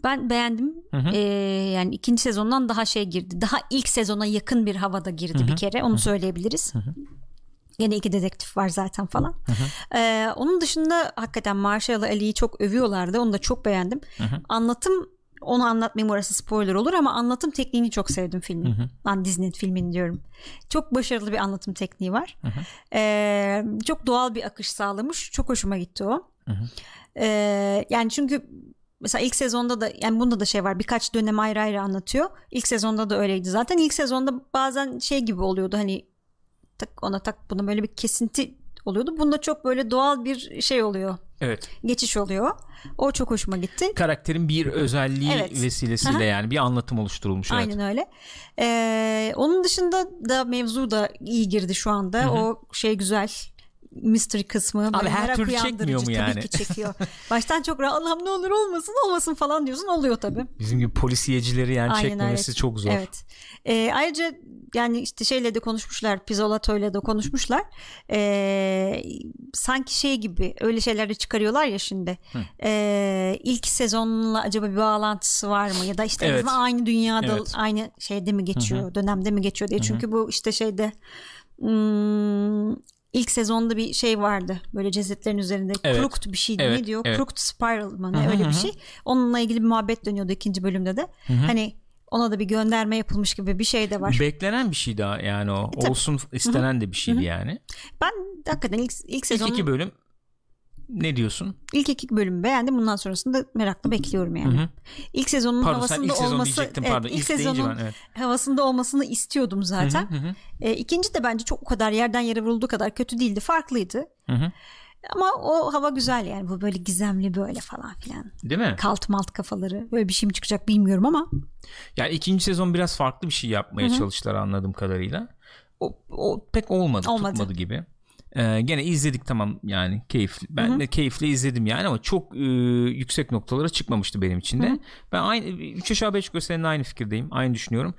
Speaker 2: Ben beğendim. Yani ikinci sezondan daha girdi. Daha ilk sezona yakın bir havada girdi bir kere. Onu söyleyebiliriz. Yine 2 dedektif var zaten falan. Onun dışında hakikaten Marshall Ali'yi çok övüyorlardı. Onu da çok beğendim. Anlatım, onu anlatmayayım, orası spoiler olur ama anlatım tekniğini çok sevdim filmin. Ben Disney filmini diyorum. Çok başarılı bir anlatım tekniği var. Çok doğal bir akış sağlamış. Çok hoşuma gitti o. Yani çünkü mesela ilk sezonda da, yani bunda da var, birkaç dönem ayrı ayrı anlatıyor. İlk sezonda da öyleydi zaten. İlk sezonda bazen gibi oluyordu, hani tak ona tak buna, böyle bir kesinti oluyordu. Bunda çok böyle doğal bir oluyor.
Speaker 1: Evet.
Speaker 2: Geçiş oluyor. O çok hoşuma gitti.
Speaker 1: Karakterin bir özelliği vesilesiyle yani bir anlatım oluşturulmuş.
Speaker 2: Aynen öyle. Onun dışında da mevzu da iyi girdi şu anda. O güzel. Mystery kısmı.
Speaker 1: Abi her türlü çekmiyor mu yani?
Speaker 2: Tabii ki çekiyor. Baştan çok Allah'ım ne olur olmasın falan diyorsun. Oluyor tabii.
Speaker 1: Bizim gibi polisiyecileri yani
Speaker 2: aynen,
Speaker 1: çekmemesi
Speaker 2: evet.
Speaker 1: çok zor.
Speaker 2: Evet. Ayrıca yani işte de konuşmuşlar. Pizzolato'yla da konuşmuşlar. Sanki gibi öyle şeyler de çıkarıyorlar ya şimdi. İlk sezonla acaba bir bağlantısı var mı? Ya da işte aynı dünyada aynı şeyde mi geçiyor? Dönemde mi geçiyor diye. Çünkü bu işte İlk sezonda bir vardı. Böyle cesetlerin üzerinde crooked bir şeydi. Ne diyor? Crooked Spiral mı? Ne öyle bir şey. Onunla ilgili bir muhabbet dönüyordu ikinci bölümde de. Hani ona da bir gönderme yapılmış gibi bir şey de var.
Speaker 1: Beklenen bir şey daha yani o. Olsun istenen de bir şeydi yani.
Speaker 2: Ben hakikaten ilk sezonun...
Speaker 1: İlk 2 bölüm ne diyorsun?
Speaker 2: İlk 2 bölümü beğendim. Bundan sonrasını da merakla bekliyorum yani. İlk sezonun havasında olması, ilk sezonun havasında olmasını istiyordum zaten. İkinci de bence çok o kadar yerden yere vurulduğu kadar kötü değildi. Farklıydı. Ama o hava güzel yani. Bu böyle gizemli böyle falan filan.
Speaker 1: Değil mi?
Speaker 2: Kalt malt kafaları. Böyle bir şey mi çıkacak bilmiyorum ama.
Speaker 1: Yani ikinci sezon biraz farklı bir şey yapmaya çalıştılar anladığım kadarıyla. O pek olmadı. Tutmadı gibi. Gene izledik, tamam yani keyifli. Ben de keyifle izledim yani ama çok yüksek noktalara çıkmamıştı benim için de. Ben aynı 3 aşağı 5 yukarı seninle aynı fikirdeyim. Aynı düşünüyorum.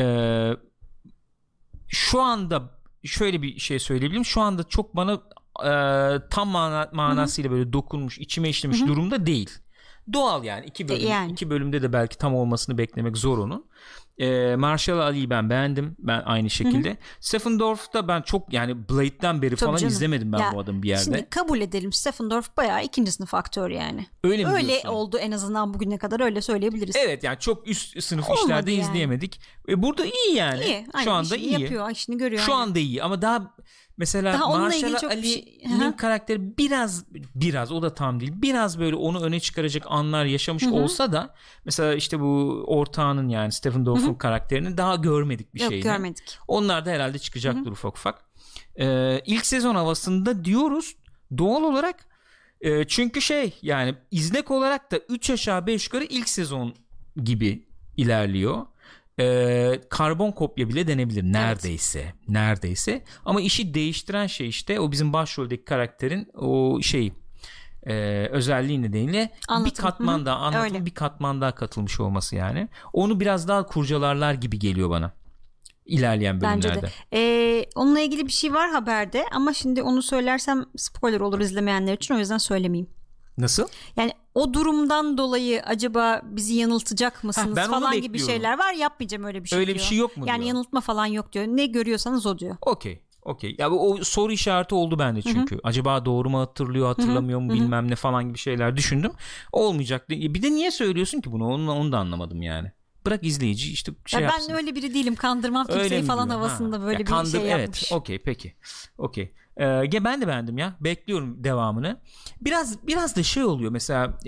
Speaker 1: Şu anda şöyle bir şey söyleyebilirim. Şu anda çok bana tam manasıyla böyle dokunmuş, içime işlemiş durumda değil. Doğal yani. 2 bölüm, yani. 2 bölümde de belki tam olmasını beklemek zor onun. Marshall Ali'yi ben beğendim. Ben aynı şekilde. Stephen Dorff'da ben çok yani Blade'den beri falan izlemedim ben bu adamı bir yerde. Şimdi
Speaker 2: kabul edelim, Stephen Dorff bayağı ikinci sınıf aktör yani. Öyle oldu en azından bugüne kadar, öyle söyleyebiliriz.
Speaker 1: Evet yani çok üst sınıf işlerde yani izleyemedik. Burada iyi yani. İyi. Şu anda iyi.
Speaker 2: Yapıyor, işini görüyor.
Speaker 1: Şu anda iyi ama daha mesela Marshall Ali'nin karakteri biraz o da tam değil. Biraz böyle onu öne çıkaracak anlar yaşamış olsa da mesela işte bu ortağının yani Stephen Dorff'un karakterini daha görmedik bir şeyini.
Speaker 2: Görmedik.
Speaker 1: Onlar da herhalde çıkacaktır ufak ufak. İlk sezon havasında diyoruz doğal olarak. Çünkü yani izlek olarak da 3 aşağı 5 yukarı ilk sezon gibi ilerliyor. Karbon kopya bile denebilir neredeyse ama işi değiştiren şey işte o bizim başroldeki karakterin o özelliği nedeniyle bir katman daha anlatım, bir katman daha katılmış olması yani. Onu biraz daha kurcalarlar gibi geliyor bana ilerleyen bölümlerde.
Speaker 2: Bence de. Onunla ilgili bir şey var haberde ama şimdi onu söylersem spoiler olur izlemeyenler için, o yüzden söylemeyeyim.
Speaker 1: Nasıl?
Speaker 2: Yani o durumdan dolayı acaba bizi yanıltacak mısınız falan gibi şeyler var. Yapmayacağım öyle bir şey
Speaker 1: öyle
Speaker 2: diyor.
Speaker 1: Bir şey yok mu
Speaker 2: yani diyor. Yanıltma falan yok diyor. Ne görüyorsanız o diyor.
Speaker 1: Okey. Ya o soru işareti oldu bende çünkü. Acaba doğru mu hatırlamıyor mu bilmem ne falan gibi şeyler düşündüm. Olmayacak. Bir de niye söylüyorsun ki bunu? Onu da anlamadım yani. Bırak izleyici işte yapsın.
Speaker 2: Ben öyle biri değilim. Kandırmam kimseyi falan havasında böyle bir şey yapmış.
Speaker 1: Evet. Okey peki. Okey. Ben de beğendim ya. Bekliyorum devamını. Biraz da oluyor mesela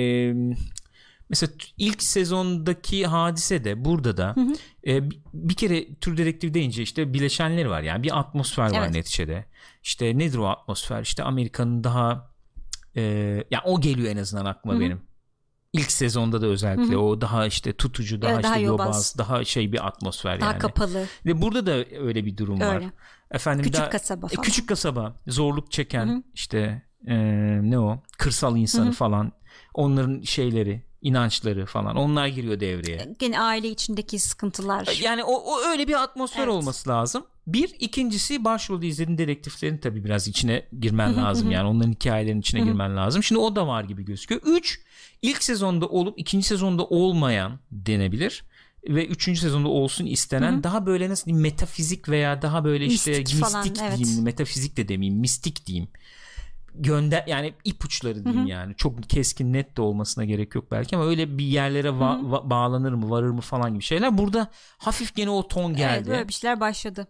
Speaker 1: ilk sezondaki hadise de burada da bir kere True Detective deyince işte bileşenleri var yani bir atmosfer var neticede. İşte nedir o atmosfer? İşte Amerika'nın daha yani o geliyor en azından aklıma benim. İlk sezonda da özellikle o daha işte tutucu, daha işte yobaz, daha bir atmosfer
Speaker 2: daha
Speaker 1: yani.
Speaker 2: Daha kapalı.
Speaker 1: Ve burada da öyle bir durum var. Efendim
Speaker 2: küçük kasaba falan.
Speaker 1: Küçük kasaba, zorluk çeken işte ne o? Kırsal insanı falan. Onların inançları falan. Onlar giriyor devreye.
Speaker 2: Gene aile içindeki sıkıntılar.
Speaker 1: Yani o öyle bir atmosfer olması lazım. Bir, ikincisi başrolde izlediğin dedektiflerin tabii biraz içine girmen lazım. Yani onların hikayelerinin içine girmen lazım. Şimdi o da var gibi gözüküyor. 3, ilk sezonda olup ikinci sezonda olmayan denebilir. Ve 3. sezonda olsun istenen daha böyle nasıl diyeyim, metafizik veya daha böyle işte mistik
Speaker 2: falan,
Speaker 1: diyeyim,
Speaker 2: evet.
Speaker 1: metafizik de demeyeyim, mistik diyeyim. Yani ipuçları diyeyim yani. Çok keskin net de olmasına gerek yok belki ama öyle bir yerlere bağlanır mı, varır mı falan gibi şeyler. Burada hafif gene o ton geldi.
Speaker 2: Evet, böyle bir şeyler başladı.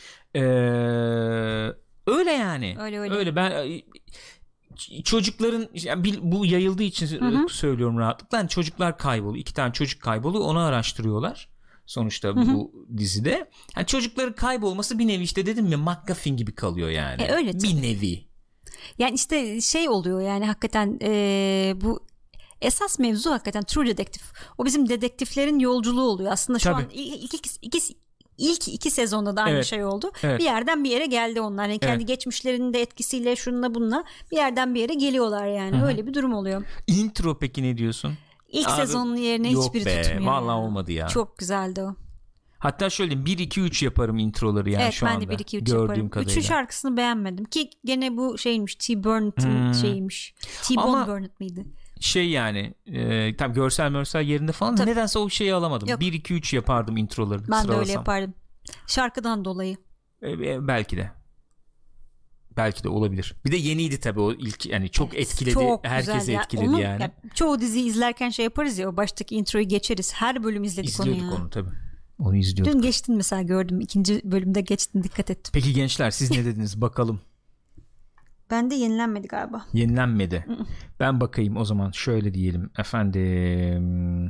Speaker 1: Öyle yani. Öyle ben çocukların yani bu yayıldığı için söylüyorum rahatlıkla. Yani çocuklar kayboluyor. 2 tane çocuk kayboluyor. Onu araştırıyorlar. Sonuçta bu dizide. Yani çocukların kaybolması bir nevi işte dedim ya McGuffin gibi kalıyor yani.
Speaker 2: Öyle
Speaker 1: bir nevi.
Speaker 2: Yani işte şey oluyor yani hakikaten bu esas mevzu hakikaten True Detective. O bizim dedektiflerin yolculuğu oluyor. Aslında şu an ilk 2 sezonda da aynı şey oldu.
Speaker 1: Evet.
Speaker 2: Bir yerden bir yere geldi onlar. Yani kendi geçmişlerinin de etkisiyle şununla bununla bir yerden bir yere geliyorlar yani. Öyle bir durum oluyor.
Speaker 1: Intro peki ne diyorsun?
Speaker 2: İlk sezonun yerine hiçbiri tutmuyor.
Speaker 1: Vallahi olmadı ya.
Speaker 2: Çok güzeldi o.
Speaker 1: Hatta şöyle 1-2-3 yaparım introları yani şu anda.
Speaker 2: Evet ben de 1-2-3
Speaker 1: gördüğüm
Speaker 2: yaparım.
Speaker 1: kadarıyla.
Speaker 2: 3'ün şarkısını beğenmedim ki gene bu şeymiş, T. Burnett'ın şeymiş. T-Bone Burnett miydi?
Speaker 1: Şey yani tam görsel yerinde falan da nedense o şeyi alamadım. 1-2-3 yapardım introlarını.
Speaker 2: Ben de öyle yapardım. Şarkıdan dolayı.
Speaker 1: Belki de olabilir. Bir de yeniydi tabii o ilk, yani çok etkiledi.
Speaker 2: Çok
Speaker 1: herkesi
Speaker 2: güzel
Speaker 1: etkiledi yani.
Speaker 2: Ya, çoğu dizi izlerken şey yaparız ya, o baştaki introyu geçeriz. Her bölüm
Speaker 1: İzliyorduk
Speaker 2: onu ya.
Speaker 1: onu tabii. Onu izliyorduk.
Speaker 2: Dün geçtin mesela, gördüm. 2. bölümde geçtin, dikkat ettim.
Speaker 1: Peki gençler siz ne dediniz bakalım.
Speaker 2: Ben de yenilenmedi galiba.
Speaker 1: Yenilenmedi. Ben bakayım o zaman, şöyle diyelim efendim.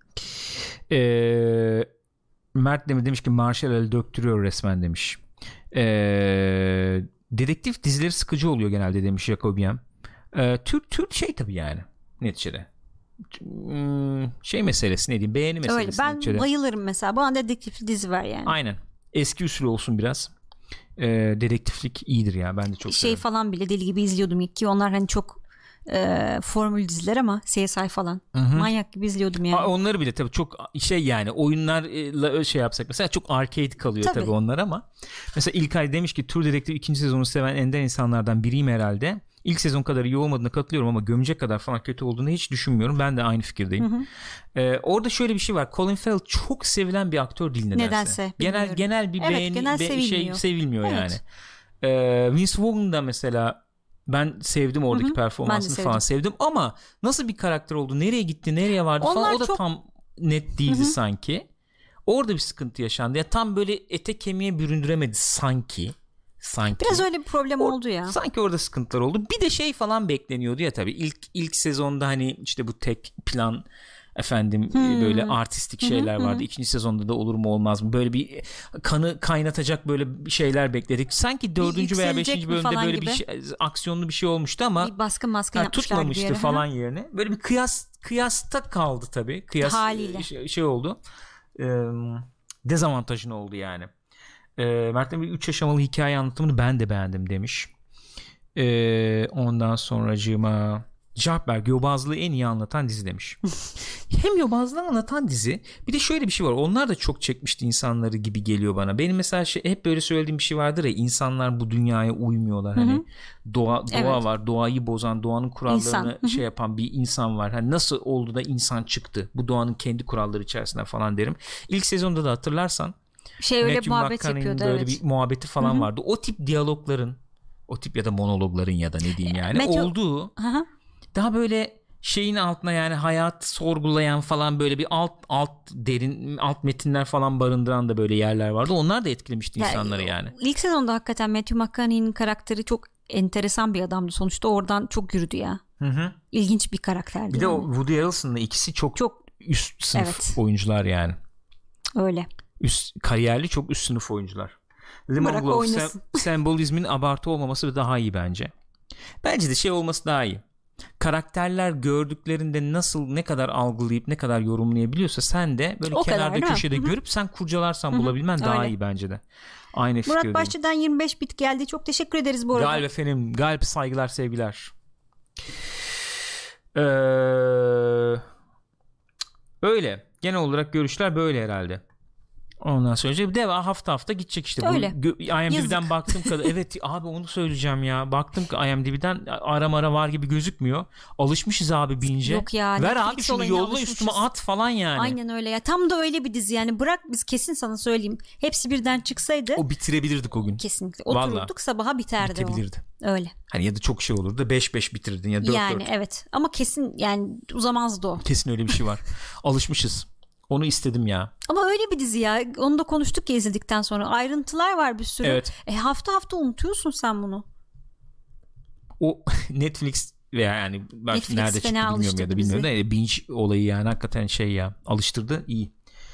Speaker 1: Mert demiş ki Marshall el döktürüyor resmen demiş. Dedektif dizileri sıkıcı oluyor genelde demiş Jacobian. Türk şey tabii yani neticede. Şey meselesi, ne diyeyim, beğeni meselesi.
Speaker 2: Öyle, ben
Speaker 1: neticede.
Speaker 2: Bayılırım mesela. Bana dedektifli dizi var yani.
Speaker 1: Aynen. Eski usul olsun biraz. Dedektiflik iyidir ya, ben de çok severim.
Speaker 2: Falan bile deli gibi izliyordum ki onlar hani çok formül diziler ama CSI falan. Manyak gibi izliyordum yani.
Speaker 1: Onları bile tabii çok şey yani oyunlarla şey yapsak mesela çok arcade kalıyor tabii onlar ama mesela İlkay demiş ki True Detective 2. sezonu seven ender insanlardan biriyim herhalde. İlk sezon kadar iyi olmadığına katılıyorum ama gömecek kadar falan kötü olduğunu hiç düşünmüyorum. Ben de aynı fikirdeyim. Orada şöyle bir şey var. Colin Farrell çok sevilen bir aktör değil nedense. Genel bir beğeni sevilmiyor yani. Vince Vaughn da mesela ben sevdim oradaki performansını falan sevdim ama nasıl bir karakter oldu, nereye gitti, nereye vardı
Speaker 2: onlar
Speaker 1: falan o da tam net değildi sanki. Orada bir sıkıntı yaşandı. Ya tam böyle ete kemiğe büründüremedi sanki.
Speaker 2: Biraz öyle bir problem oldu ya.
Speaker 1: Sanki orada sıkıntılar oldu. Bir de şey falan bekleniyordu ya tabii. İlk sezonda hani işte bu tek plan efendim böyle artistik şeyler vardı. 2. sezonda da olur mu olmaz mı? Böyle bir kanı kaynatacak böyle şeyler bekledik. Sanki 4. veya 5. bölümde böyle gibi bir aksiyonlu bir şey olmuştu ama
Speaker 2: bir baskın yapmışlar
Speaker 1: tutmamıştı falan yerine. Böyle bir kıyasta kaldı tabii. Kıyas
Speaker 2: haliyle.
Speaker 1: Şey oldu. Dezavantajını oldu yani. Mert'in bir 3 aşamalı hikaye anlatımını ben de beğendim demiş. Ondan sonracığıma Jarberg yobazlığı en iyi anlatan dizi demiş. Hem yobazlığı anlatan dizi, bir de şöyle bir şey var. Onlar da çok çekmişti insanları gibi geliyor bana. Benim mesela hep böyle söylediğim bir şey vardır ya, insanlar bu dünyaya uymuyorlar. Hani doğa var. Doğayı bozan, doğanın kurallarını şey yapan bir insan var. Hani nasıl oldu da insan çıktı? Bu doğanın kendi kuralları içerisinde falan derim. İlk sezonda da hatırlarsan
Speaker 2: öyle muhabbet yapıyordu.
Speaker 1: Böyle bir muhabbeti falan vardı. O tip diyalogların, o tip ya da monologların ya da ne diyeyim yani olduğu daha böyle şeyin altına yani hayat sorgulayan falan böyle bir alt metinler falan barındıran da böyle yerler vardı. Onlar da etkilemişti insanları yani.
Speaker 2: İlk sezonda hakikaten Matthew McConaughey'nin karakteri çok enteresan bir adamdı. Sonuçta oradan çok yürüdü ya. İlginç bir karakterdi.
Speaker 1: Bir de o Woody Harrelson'la ikisi çok üst sınıf oyuncular yani.
Speaker 2: Öyle.
Speaker 1: Kariyerli çok üst sınıf oyuncular. Lemon Glove sembolizmin abartı olmaması daha iyi bence. Bence de şey olması daha iyi. Karakterler gördüklerinde ne kadar algılayıp ne kadar yorumlayabiliyorsa sen de böyle kenarda köşede görüp sen kurcalarsan bulabilmen daha iyi bence de. Aynı fikirdeyim.
Speaker 2: Murat Başçı'dan 25 bit geldi. Çok teşekkür ederiz bu arada.
Speaker 1: Galip efendim. Galip saygılar sevgiler. Öyle. Genel olarak görüşler böyle herhalde. Ondan sonra deva hafta gidecek işte.
Speaker 2: Öyle.
Speaker 1: IMDb'den baktım kadar. Evet abi onu söyleyeceğim ya. Baktım ki IMDb'den ara var gibi gözükmüyor. Alışmışız abi bince.
Speaker 2: Yok ya.
Speaker 1: Ver
Speaker 2: Netflix
Speaker 1: abi şunu yolla üstüme at falan yani.
Speaker 2: Aynen öyle ya. Tam da öyle bir dizi yani. Bırak biz kesin sana söyleyeyim. Hepsi birden çıksaydı.
Speaker 1: O bitirebilirdik o gün.
Speaker 2: Kesinlikle. Otururduk vallahi, sabaha biterdi
Speaker 1: bitebilirdi.
Speaker 2: O. Öyle.
Speaker 1: Hani ya da çok şey olurdu. 5-5 bitirirdin ya 4-4.
Speaker 2: Yani evet. Ama kesin yani uzamazdı o.
Speaker 1: Kesin öyle bir şey var. Alışmışız. Onu istedim ya.
Speaker 2: Ama öyle bir dizi ya. Onu da konuştuk ya izledikten sonra. Ayrıntılar var bir sürü.
Speaker 1: Evet.
Speaker 2: Hafta unutuyorsun sen bunu.
Speaker 1: O Netflix veya yani belki
Speaker 2: Netflix
Speaker 1: nerede çıktı bilmiyorum ya da bilmiyorum da binge olayı yani hakikaten şey ya alıştırdı iyi.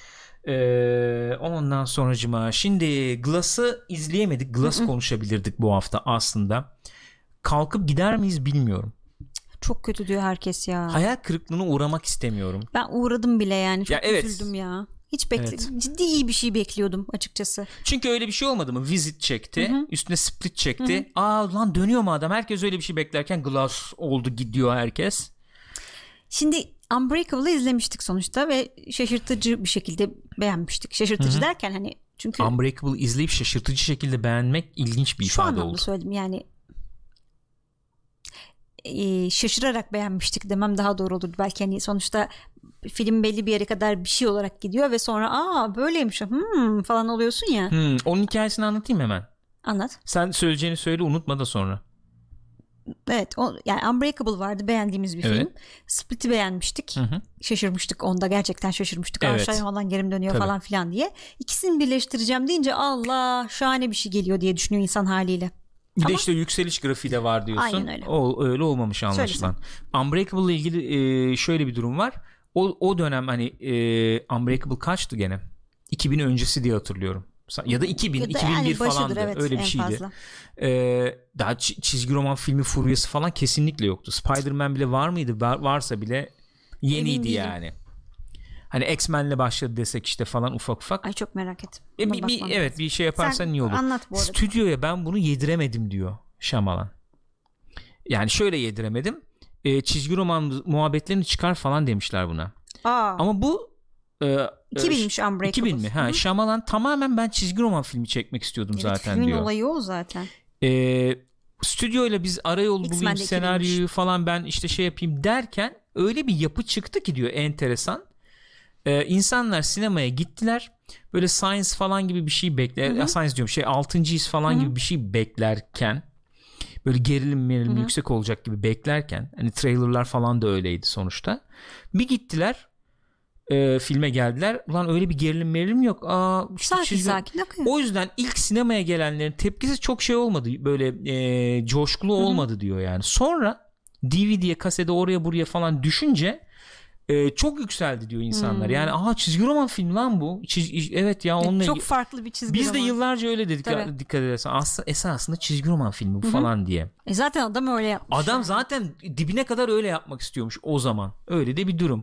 Speaker 1: Ondan sonracıma şimdi Glass'ı izleyemedik. Glass konuşabilirdik bu hafta aslında. Kalkıp gider miyiz bilmiyorum.
Speaker 2: Çok kötü diyor herkes ya.
Speaker 1: Hayal kırıklığına uğramak istemiyorum.
Speaker 2: Ben uğradım bile yani. Çok
Speaker 1: ya
Speaker 2: üzüldüm ya. Hiç ciddi iyi bir şey bekliyordum açıkçası.
Speaker 1: Çünkü öyle bir şey olmadı mı? Visit çekti. Üstüne Split çekti. Lan dönüyor mu adam? Herkes öyle bir şey beklerken Glass oldu gidiyor herkes.
Speaker 2: Şimdi Unbreakable'ı izlemiştik sonuçta ve şaşırtıcı bir şekilde beğenmiştik. Şaşırtıcı derken hani çünkü
Speaker 1: Unbreakable'ı izleyip şaşırtıcı şekilde beğenmek ilginç bir ifade oldu. Şu
Speaker 2: anlamda söyledim yani şaşırarak beğenmiştik demem daha doğru olurdu. Belki hani sonuçta film belli bir yere kadar bir şey olarak gidiyor ve sonra böyleymiş falan oluyorsun ya.
Speaker 1: Onun hikayesini anlatayım hemen.
Speaker 2: Anlat.
Speaker 1: Sen söyleyeceğini söyle unutma da sonra.
Speaker 2: Evet yani Unbreakable vardı beğendiğimiz bir film. Split'i beğenmiştik. Şaşırmıştık onda gerçekten şaşırmıştık. Aşağıya falan geri dönüyor falan filan diye. İkisini birleştireceğim deyince Allah şahane bir şey geliyor diye düşünüyor insan haliyle.
Speaker 1: Bir de işte yükseliş grafiği de var diyorsun.
Speaker 2: Aynen öyle.
Speaker 1: Öyle olmamış anlaşılan. Unbreakable ile ilgili şöyle bir durum var. O dönem hani Unbreakable kaçtı gene? 2000 öncesi diye hatırlıyorum. Ya da 2000, ya da 2001 yani falandı. Evet, öyle bir şeydi. Daha çizgi roman filmi furyası falan kesinlikle yoktu. Spider-Man bile var mıydı? Varsa bile yeniydi yani. Hani X-Men'le başladı desek işte falan ufak.
Speaker 2: Ay çok merak ettim.
Speaker 1: Evet bir şey yaparsan iyi olur.
Speaker 2: Anlat bu arada.
Speaker 1: Stüdyoya ben bunu yediremedim diyor Shyamalan. Yani şöyle yediremedim. Çizgi roman muhabbetlerini çıkar falan demişler buna. Ama bu
Speaker 2: 2000'miş Unbreakable.
Speaker 1: 2000 mi? Shyamalan tamamen ben çizgi roman filmi çekmek istiyordum zaten
Speaker 2: filmin
Speaker 1: diyor.
Speaker 2: Filmin olayı o zaten.
Speaker 1: Stüdyoyla biz arayolu bulayım senaryoyu falan ben işte şey yapayım derken öyle bir yapı çıktı ki diyor enteresan. İnsanlar sinemaya gittiler. Böyle Science falan gibi bir şey bekler. Science diyorum 6. his falan gibi bir şey beklerken böyle gerilim yüksek olacak gibi beklerken hani trailerlar falan da öyleydi sonuçta. Bir gittiler filme geldiler. Ulan öyle bir gerilim yok.
Speaker 2: Sakin akıyor.
Speaker 1: O yüzden ilk sinemaya gelenlerin tepkisi çok şey olmadı. Böyle coşkulu olmadı diyor yani. Sonra DVD'ye kasede oraya buraya falan düşünce çok yükseldi diyor insanlar. Yani çizgi roman film lan bu. Evet ya onunla
Speaker 2: çok farklı bir çizgi
Speaker 1: biz
Speaker 2: roman.
Speaker 1: Biz de yıllarca öyle dedik. Dikkat edersen esasında çizgi roman filmi bu falan diye.
Speaker 2: Zaten adam öyle yapmış.
Speaker 1: Adam zaten dibine kadar öyle yapmak istiyormuş o zaman. Öyle de bir durum.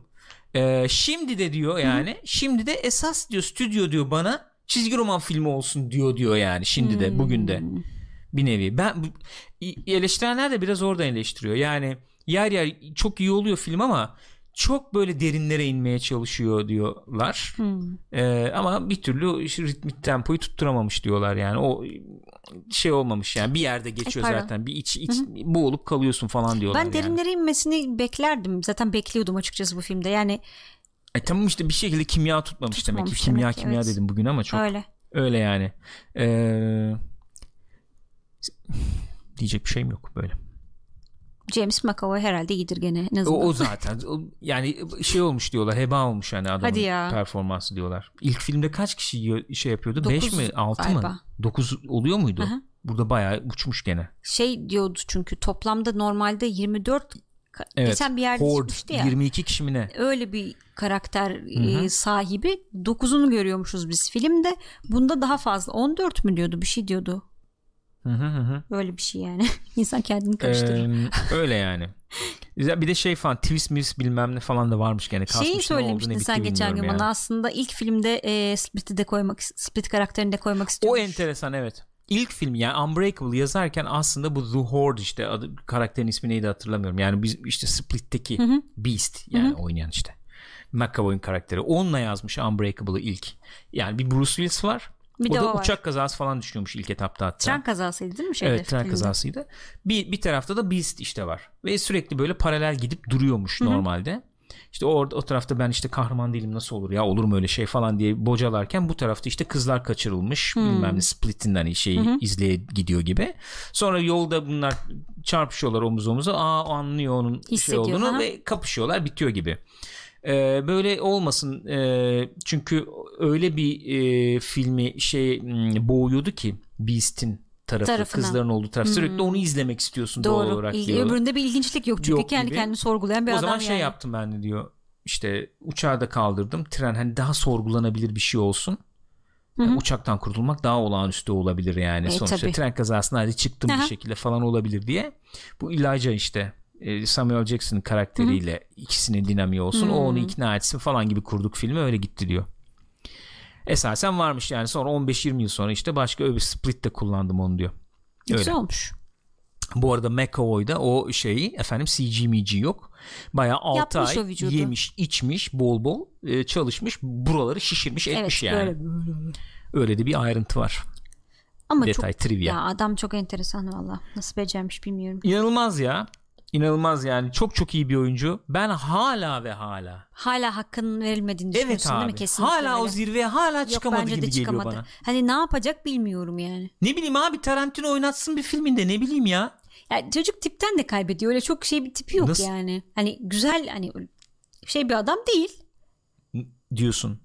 Speaker 1: Şimdi de diyor yani şimdi de esas diyor stüdyo diyor bana çizgi roman filmi olsun diyor yani şimdi de bugün de bir nevi. Ben eleştirenler de biraz orada eleştiriyor. Yani yer çok iyi oluyor film ama çok böyle derinlere inmeye çalışıyor diyorlar. Ama bir türlü ritmik tempoyu tutturamamış diyorlar yani. O şey olmamış yani bir yerde geçiyor zaten. Bir iç boğulup kalıyorsun falan diyorlar.
Speaker 2: Ben derinlere inmesini beklerdim. Zaten bekliyordum açıkçası bu filmde. Yani
Speaker 1: tamam işte bir şekilde kimya tutmamış demek ki. Kimya dedim bugün ama çok öyle yani. Diyecek bir şeyim yok böyle.
Speaker 2: James McAvoy herhalde iyidir gene.
Speaker 1: O zaten yani şey olmuş diyorlar, heba olmuş yani adamın performansı diyorlar. İlk filmde kaç kişi şey yapıyordu? 5 mi 6 mı? 9 oluyor muydu? Aha. Burada bayağı uçmuş gene.
Speaker 2: Şey diyordu çünkü toplamda normalde 24 geçen bir yerde çıkmıştı ya.
Speaker 1: 22 kişi mi ne?
Speaker 2: Öyle bir karakter sahibi 9'unu görüyormuşuz biz filmde. Bunda daha fazla 14 mü diyordu bir şey diyordu. Böyle bir şey yani. İnsan kendini karıştırır.
Speaker 1: Öyle yani. Bir de şey falan twist bilmem ne falan da varmış gene.
Speaker 2: Şeyi söylemiştin sen geçen gün bana aslında ilk filmde Split karakterini de koymak istiyormuş.
Speaker 1: O enteresan evet. İlk film yani Unbreakable yazarken aslında bu The Horde işte karakterin ismi neydi hatırlamıyorum. Yani biz işte Split'teki Beast yani oynayan işte. McAvoy'un karakteri. Onunla yazmış Unbreakable'ı ilk. Yani bir Bruce Willis var.
Speaker 2: Bir
Speaker 1: o da
Speaker 2: var.
Speaker 1: uçak kazası falan düşünüyormuş ilk etapta hatta.
Speaker 2: Tren kazasıydı değil mi?
Speaker 1: Evet, tren kazasıydı. Bir tarafta da Beast işte var. Ve sürekli böyle paralel gidip duruyormuş normalde. İşte o tarafta ben işte kahraman değilim nasıl olur ya, olur mu öyle şey falan diye bocalarken, bu tarafta işte kızlar kaçırılmış bilmem ne, Split'in hani şeyi izleye gidiyor gibi. Sonra yolda bunlar çarpışıyorlar omuz omuza, anlıyor onun
Speaker 2: hissediyor,
Speaker 1: şey olduğunu ve kapışıyorlar, bitiyor gibi. Böyle olmasın çünkü öyle bir filmi boğuyordu ki Beast'in tarafı, kızların olduğu taraf, sürekli onu izlemek istiyorsun doğal olarak.
Speaker 2: Öbüründe bir ilginçlik yok çünkü kendi kendini sorgulayan bir adam.
Speaker 1: O zaman
Speaker 2: yani.
Speaker 1: yaptım ben de diyor, işte uçağı da kaldırdım, tren hani daha sorgulanabilir bir şey olsun. Yani uçaktan kurtulmak daha olağanüstü olabilir yani sonuçta tabii. Tren kazasına hadi çıktım bir şekilde falan olabilir diye. Bu Elijah işte Samuel Jackson'ın karakteriyle ikisinin dinamiği olsun, o onu ikna etsin falan gibi kurduk filmi, öyle gitti diyor. Esasen varmış yani, sonra 15-20 yıl sonra işte başka öbür Split'te kullandım onu diyor. Öyle.
Speaker 2: Güzel olmuş.
Speaker 1: Bu arada McAvoy'da o CG yok. Bayağı 6 ay yemiş içmiş bol bol çalışmış, buraları şişirmiş etmiş yani. Öyle de bir ayrıntı var.
Speaker 2: Ama
Speaker 1: detay,
Speaker 2: çok,
Speaker 1: trivia.
Speaker 2: Ya adam çok enteresan valla. Nasıl becermiş bilmiyorum.
Speaker 1: İnanılmaz ya. İnanılmaz yani. Çok iyi bir oyuncu. Ben hala
Speaker 2: hakkının verilmediğini düşünüyorsun değil mi? Kesinlikle
Speaker 1: hala
Speaker 2: öyle.
Speaker 1: O zirveye hala çıkamadı gibi geliyor bana.
Speaker 2: Hani ne yapacak bilmiyorum yani.
Speaker 1: Ne bileyim abi, Tarantino oynatsın bir filminde, ne bileyim ya.
Speaker 2: Yani çocuk tipten de kaybediyor. Öyle çok bir tipi yok. Nasıl? Yani. Hani güzel, hani bir adam değil.
Speaker 1: Diyorsun.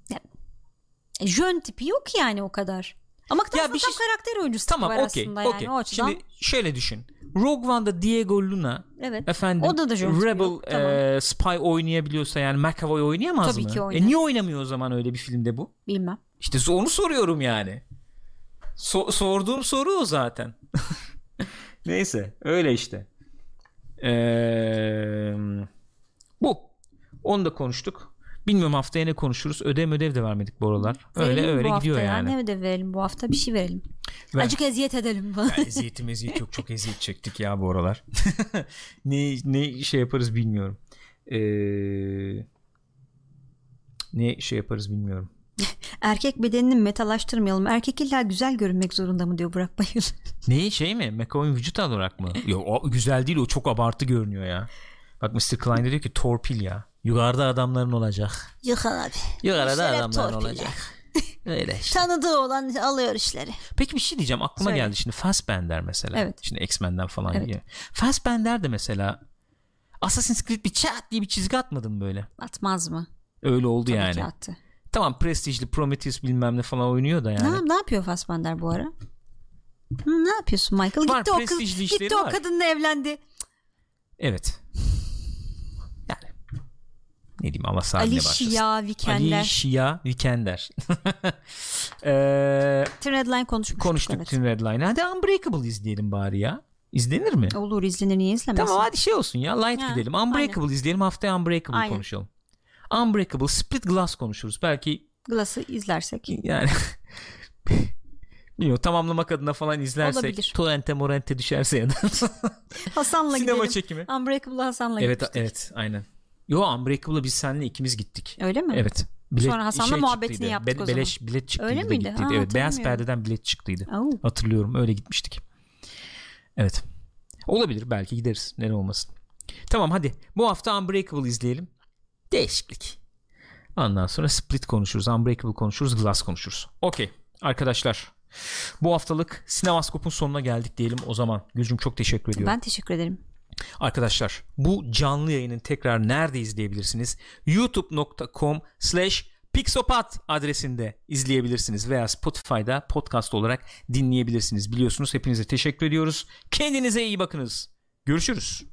Speaker 2: Jön tipi yok yani o kadar. Ama tam karakter oyuncusu
Speaker 1: tamam,
Speaker 2: var aslında yani o açıdan.
Speaker 1: Şimdi şöyle düşün. Rogue One'da Diego Luna
Speaker 2: o da
Speaker 1: Rebel Spy oynayabiliyorsa yani McAvoy oynayamaz
Speaker 2: Tabii
Speaker 1: mı?
Speaker 2: Ki oynar.
Speaker 1: Niye oynamıyor o zaman öyle bir filmde bu?
Speaker 2: Bilmem.
Speaker 1: İşte onu soruyorum yani. Sorduğum soru o zaten. Neyse öyle işte. Bu. Onu da konuştuk. Bilmiyorum haftaya ne konuşuruz. Ödev de vermedik bu aralar. Öyle gidiyor yani.
Speaker 2: Ne ödev verelim bu hafta? Bir şey verelim. Azıcık eziyet edelim.
Speaker 1: Eziyet yok. Çok eziyet çektik ya bu aralar. ne şey yaparız bilmiyorum. Ne şey yaparız bilmiyorum.
Speaker 2: Erkek bedenini metalaştırmayalım. Erkek illa güzel görünmek zorunda mı diyor Burak Bayıl.
Speaker 1: Ne mi? McAvoy'un vücut olarak mı? Yok, o güzel değil, o çok abartı görünüyor ya. Bak Mr. Klein de diyor ki torpil ya. Yukarıda adamların olacak.
Speaker 2: Yok abi.
Speaker 1: Yukarıda adamların olacak. Öyle işte.
Speaker 2: Tanıdığı olan alıyor işleri.
Speaker 1: Peki bir şey diyeceğim, aklıma geldi şimdi. Fassbender mesela.
Speaker 2: Evet.
Speaker 1: Şimdi X-Men'den falan diye. Fassbender de mesela Assassin's Creed bir çat diye bir çizgi atmadı mı böyle?
Speaker 2: Atmaz mı?
Speaker 1: Öyle oldu
Speaker 2: tabii
Speaker 1: yani.
Speaker 2: Ki attı.
Speaker 1: Tamam, prestijli Prometheus bilmem ne falan oynuyor da yani.
Speaker 2: Ne yapıyor Fassbender bu ara? Ne yapıyorsun Michael? Gitti o kadınla evlendi.
Speaker 1: Evet. Yani ne diyeyim, Allah sahibine başlasın. Alicia Vikander.
Speaker 2: Thin Red Line konuştuk. Evet.
Speaker 1: Thin Red Line. Hadi Unbreakable izleyelim bari ya. İzlenir mi?
Speaker 2: Olur, izlenir, niye izlemesin?
Speaker 1: Tamam hadi şey olsun ya, light gidelim. Unbreakable izleyelim, haftaya Unbreakable konuşalım. Unbreakable, Split Glass konuşuruz. Belki
Speaker 2: Glass'ı izlersek.
Speaker 1: Yani bilmiyorum, tamamlamak adına falan izlersek.
Speaker 2: Olabilir.
Speaker 1: Torrent'e düşerse ya da.
Speaker 2: Hasan'la
Speaker 1: sinema
Speaker 2: gidelim.
Speaker 1: çekimi.
Speaker 2: Unbreakable'la Hasan'la gittik.
Speaker 1: Evet aynen. Unbreakable'la biz seninle ikimiz gittik.
Speaker 2: Öyle mi?
Speaker 1: Evet.
Speaker 2: Sonra Hasan'la muhabbetini yaptık o zaman.
Speaker 1: Bilet çıktıydı.
Speaker 2: Öyle miydi?
Speaker 1: Gittiydi. Evet, beyaz perdeden bilet çıktıydı. Hatırlıyorum, öyle gitmiştik. Evet. Olabilir, belki gideriz. Neden olmasın. Tamam hadi. Bu hafta Unbreakable izleyelim. Değişiklik. Ondan sonra Split konuşuruz, Unbreakable konuşuruz, Glass konuşuruz. Okey arkadaşlar. Bu haftalık Sinemaskop'un sonuna geldik diyelim o zaman. Gülcüm çok teşekkür ediyorum.
Speaker 2: Ben teşekkür ederim.
Speaker 1: Arkadaşlar bu canlı yayının tekrar nerede izleyebilirsiniz? youtube.com/Pixopat adresinde izleyebilirsiniz veya Spotify'da podcast olarak dinleyebilirsiniz. Biliyorsunuz, hepinize teşekkür ediyoruz. Kendinize iyi bakınız. Görüşürüz.